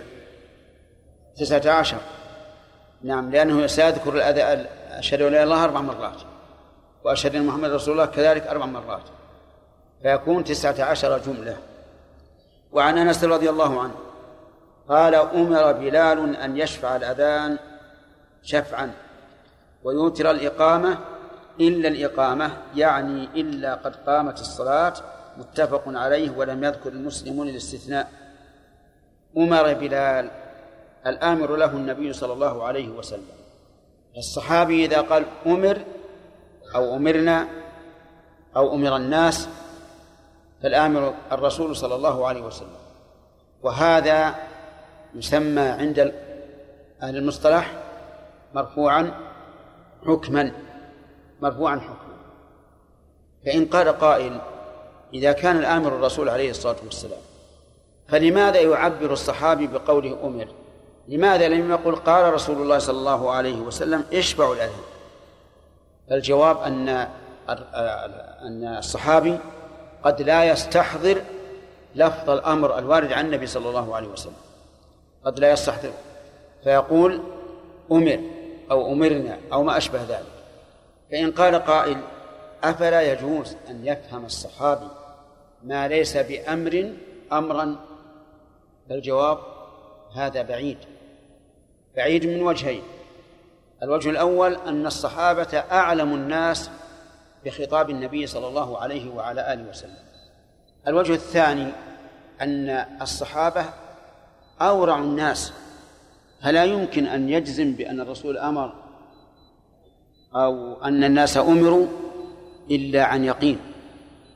تسعة عشر. نعم، لأنه سيذكر الأذان أشهد أن لا إله إلا الله أربع مرات وأشهد أن محمد رسول الله كذلك أربع مرات، فيكون تسعة عشر جملة. وعن أنس رضي الله عنه قال: أمر بلال أن يشفع الأذان شفعا ويوتر الإقامة إلا الإقامة، يعني إلا قد قامت الصلاة، متفق عليه، ولم يذكر المسلمون الاستثناء. أمر بلال، الآمر له النبي صلى الله عليه وسلم. الصحابي إذا قال أمر أو أمرنا أو أمر الناس فالآمر الرسول صلى الله عليه وسلم، وهذا يسمى عند أهل المصطلح مرفوعا حكما، مرفوعا حكما. فإن قال قائل: إذا كان الآمر الرسول عليه الصلاة والسلام فلماذا يعبر الصحابي بقوله أمر؟ لماذا لم يقل قال رسول الله صلى الله عليه وسلم اشفعوا الأذان؟ فالجواب أن أن الصحابي قد لا يستحضر لفظ الأمر الوارد عن النبي صلى الله عليه وسلم، قد لا يستحضر، فيقول أمر أو أمرنا أو ما أشبه ذلك. فإن قال قائل: أفلا يجوز أن يفهم الصحابي ما ليس بأمر أمرا؟ فالجواب: هذا بعيد، بعيد من وجهين. الوجه الأول أن الصحابة أعلم الناس بخطاب النبي صلى الله عليه وعلى آله وسلم. الوجه الثاني أن الصحابة أورع الناس، فلا يمكن أن يجزم بأن الرسول أمر أو أن الناس أمروا إلا عن يقين.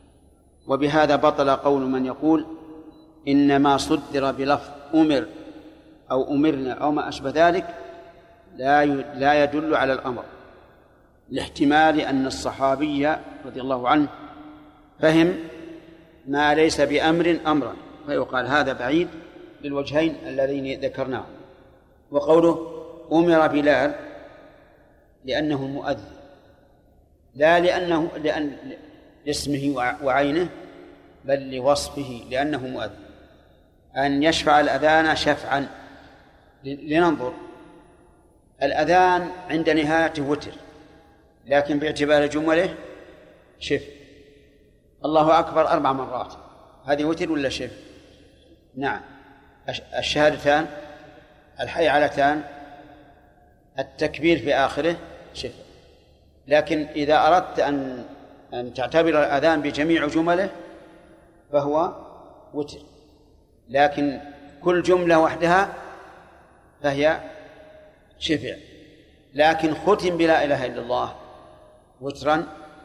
وبهذا بطل قول من يقول إنما صدر بلفظ أمر أو أمرنا أو ما أشبه ذلك لا لا يدل على الأمر، لاحتمال أن الصحابي رضي الله عنه فهم ما ليس بأمر أمرا، فيقال هذا بعيد للوجهين اللذين ذكرناه. وقوله أمر بلال لأنه المؤذن، لا لأنه لأن لاسمه وعينه، بل لوصفه لأنه مؤذن، أن يشفع الأذان شفعا. لننظر، الأذان عند نهايته وتر، لكن باعتبار جمله شف. الله أكبر أربع مرات، هذه وتر ولا شف؟ نعم. الشهادتان، الحي علتان، التكبير في آخره شف. لكن إذا أردت أن أن تعتبر الأذان بجميع جمله فهو وتر، لكن كل جملة وحدها فهي شفع. لكن ختم بلا إله إلا الله وترا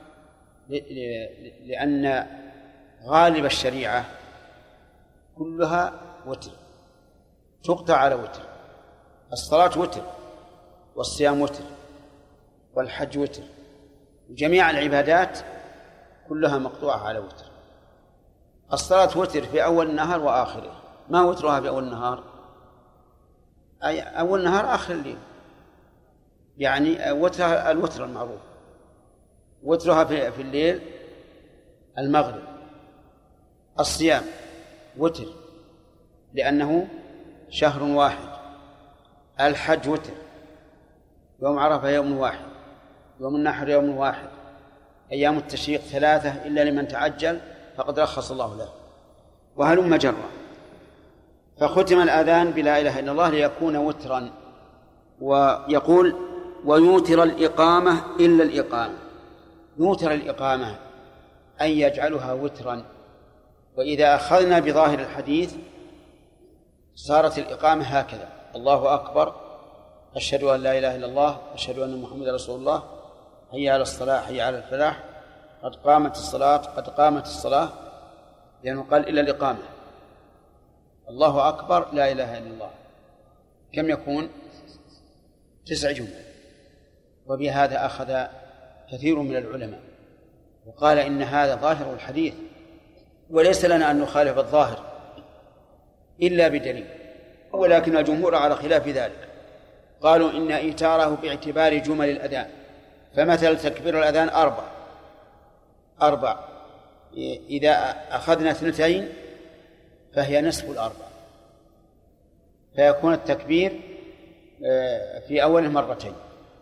لأن غالب الشريعة كلها وتر، تقطع على وتر. الصلاة وتر، والصيام وتر، والحج وتر، وجميع العبادات كلها مقطوعة على وتر. الصلاة وتر في أول النهار وآخره. ما وترها في أول النهار؟ أي أول النهار آخر الليل، يعني وترها الوتر المعروف. وترها في الليل المغرب. الصيام وتر لأنه شهر واحد. الحج وتر، يوم عرفة يوم واحد، يوم النحر يوم واحد، أيام التشريق ثلاثة إلا لمن تعجل فقد رخص الله له، وهلم جرا. فختم الأذان بلا إله إلا الله ليكون وترا. ويقول ويوتر الإقامة إلا الإقامة. يوتر الإقامة أن يجعلها وترا. وإذا أخذنا بظاهر الحديث صارت الإقامة هكذا: الله أكبر، أشهد أن لا إله إلا الله، أشهد أن محمدا رسول الله، حي على الصلاة، حي على الفلاح، قد قامت الصلاة، قد قامت الصلاة، لأنه قال إلا الإقامة. الله أكبر، لا إله إلا الله، كم يكون؟ تسع جمل. وبهذا أخذ كثير من العلماء وقال إن هذا ظاهر الحديث، وليس لنا أن نخالف الظاهر إلا بدليل، ولكن الجمهور على خلاف ذلك، قالوا إن إيتاره باعتبار جمل الأذان. فمثل تكبير الأذان أربع أربع إذا أخذنا اثنتين فهي نصف الأربع، فيكون التكبير في أوله مرتين.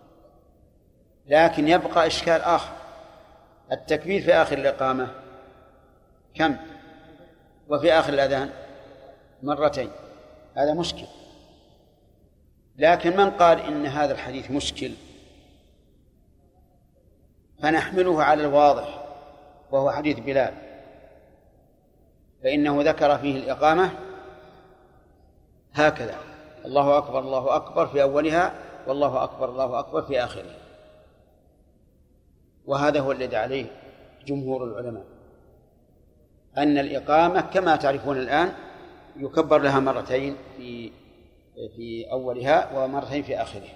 لكن يبقى إشكال آخر: التكبير في آخر الإقامة كم؟ وفي آخر الأذان مرتين، هذا مشكل. لكن من قال إن هذا الحديث مشكل فنحمله على الواضح وهو حديث بلال، فإنه ذكر فيه الإقامة هكذا: الله أكبر الله أكبر في أولها، والله أكبر الله أكبر في آخرها. وهذا هو الذي عليه جمهور العلماء، أن الإقامة كما تعرفون الآن يكبر لها مرتين في في أولها ومرتين في آخرها.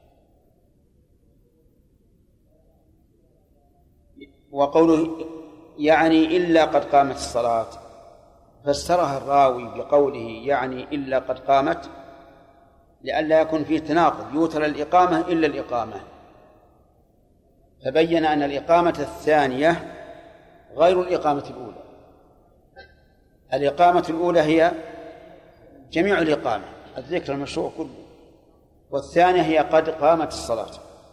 وقوله يعني إلا قد قامت الصلاة، فسرها الراوي بقوله يعني إلا قد قامت لئلا يكون فيه تناقض: يوتر الإقامة إلا الإقامة. فبين أن الإقامة الثانية غير الإقامة الأولى. الإقامة الأولى هي جميع الإقامة، الذكر المشروع كله، والثانية هي قد قامت الصلاة.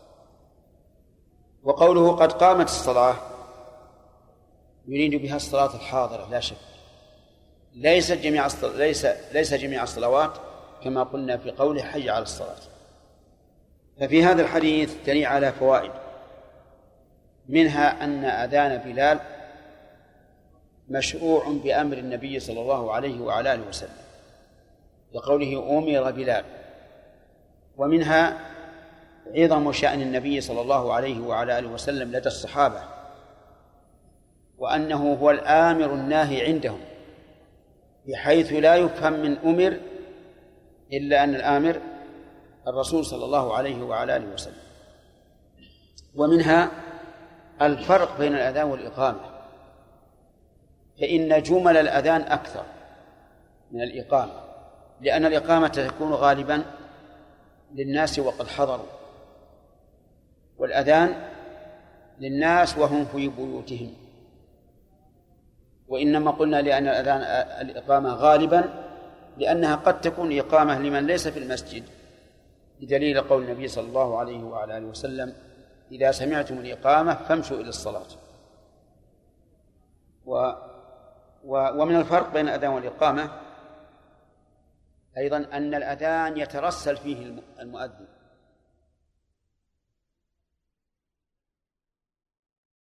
وقوله قد قامت الصلاة يريد بها الصلاة الحاضرة لا شك، ليس جميع ليس ليس جميع الصلوات كما قلنا في قوله حي على الصلاة. ففي هذا الحديث دليل على فوائد، منها أن أذان بلال مشروع بأمر النبي صلى الله عليه وعلى آله وسلم لقوله أمر بلال. ومنها عظم شأن النبي صلى الله عليه وعلى آله وسلم لدى الصحابة، وأنه هو الآمر الناهي عندهم، بحيث لا يفهم من أمر إلا أن الآمر الرسول صلى الله عليه وعلى آله وسلم. ومنها الفرق بين الأذان والإقامة، فإن جمل الأذان أكثر من الإقامة، لأن الإقامة تكون غالبا للناس وقد حضروا، والأذان للناس وهم في بيوتهم. وإنما قلنا لأن الأذان الإقامة غالبا لأنها قد تكون إقامة لمن ليس في المسجد، بدليل قول النبي صلى الله عليه وعلى آله وسلم: إذا سمعتم الإقامة فامشوا إلى الصلاة. و و ومن الفرق بين الأذان والإقامة أيضا أن الأذان يترسل فيه المؤذن،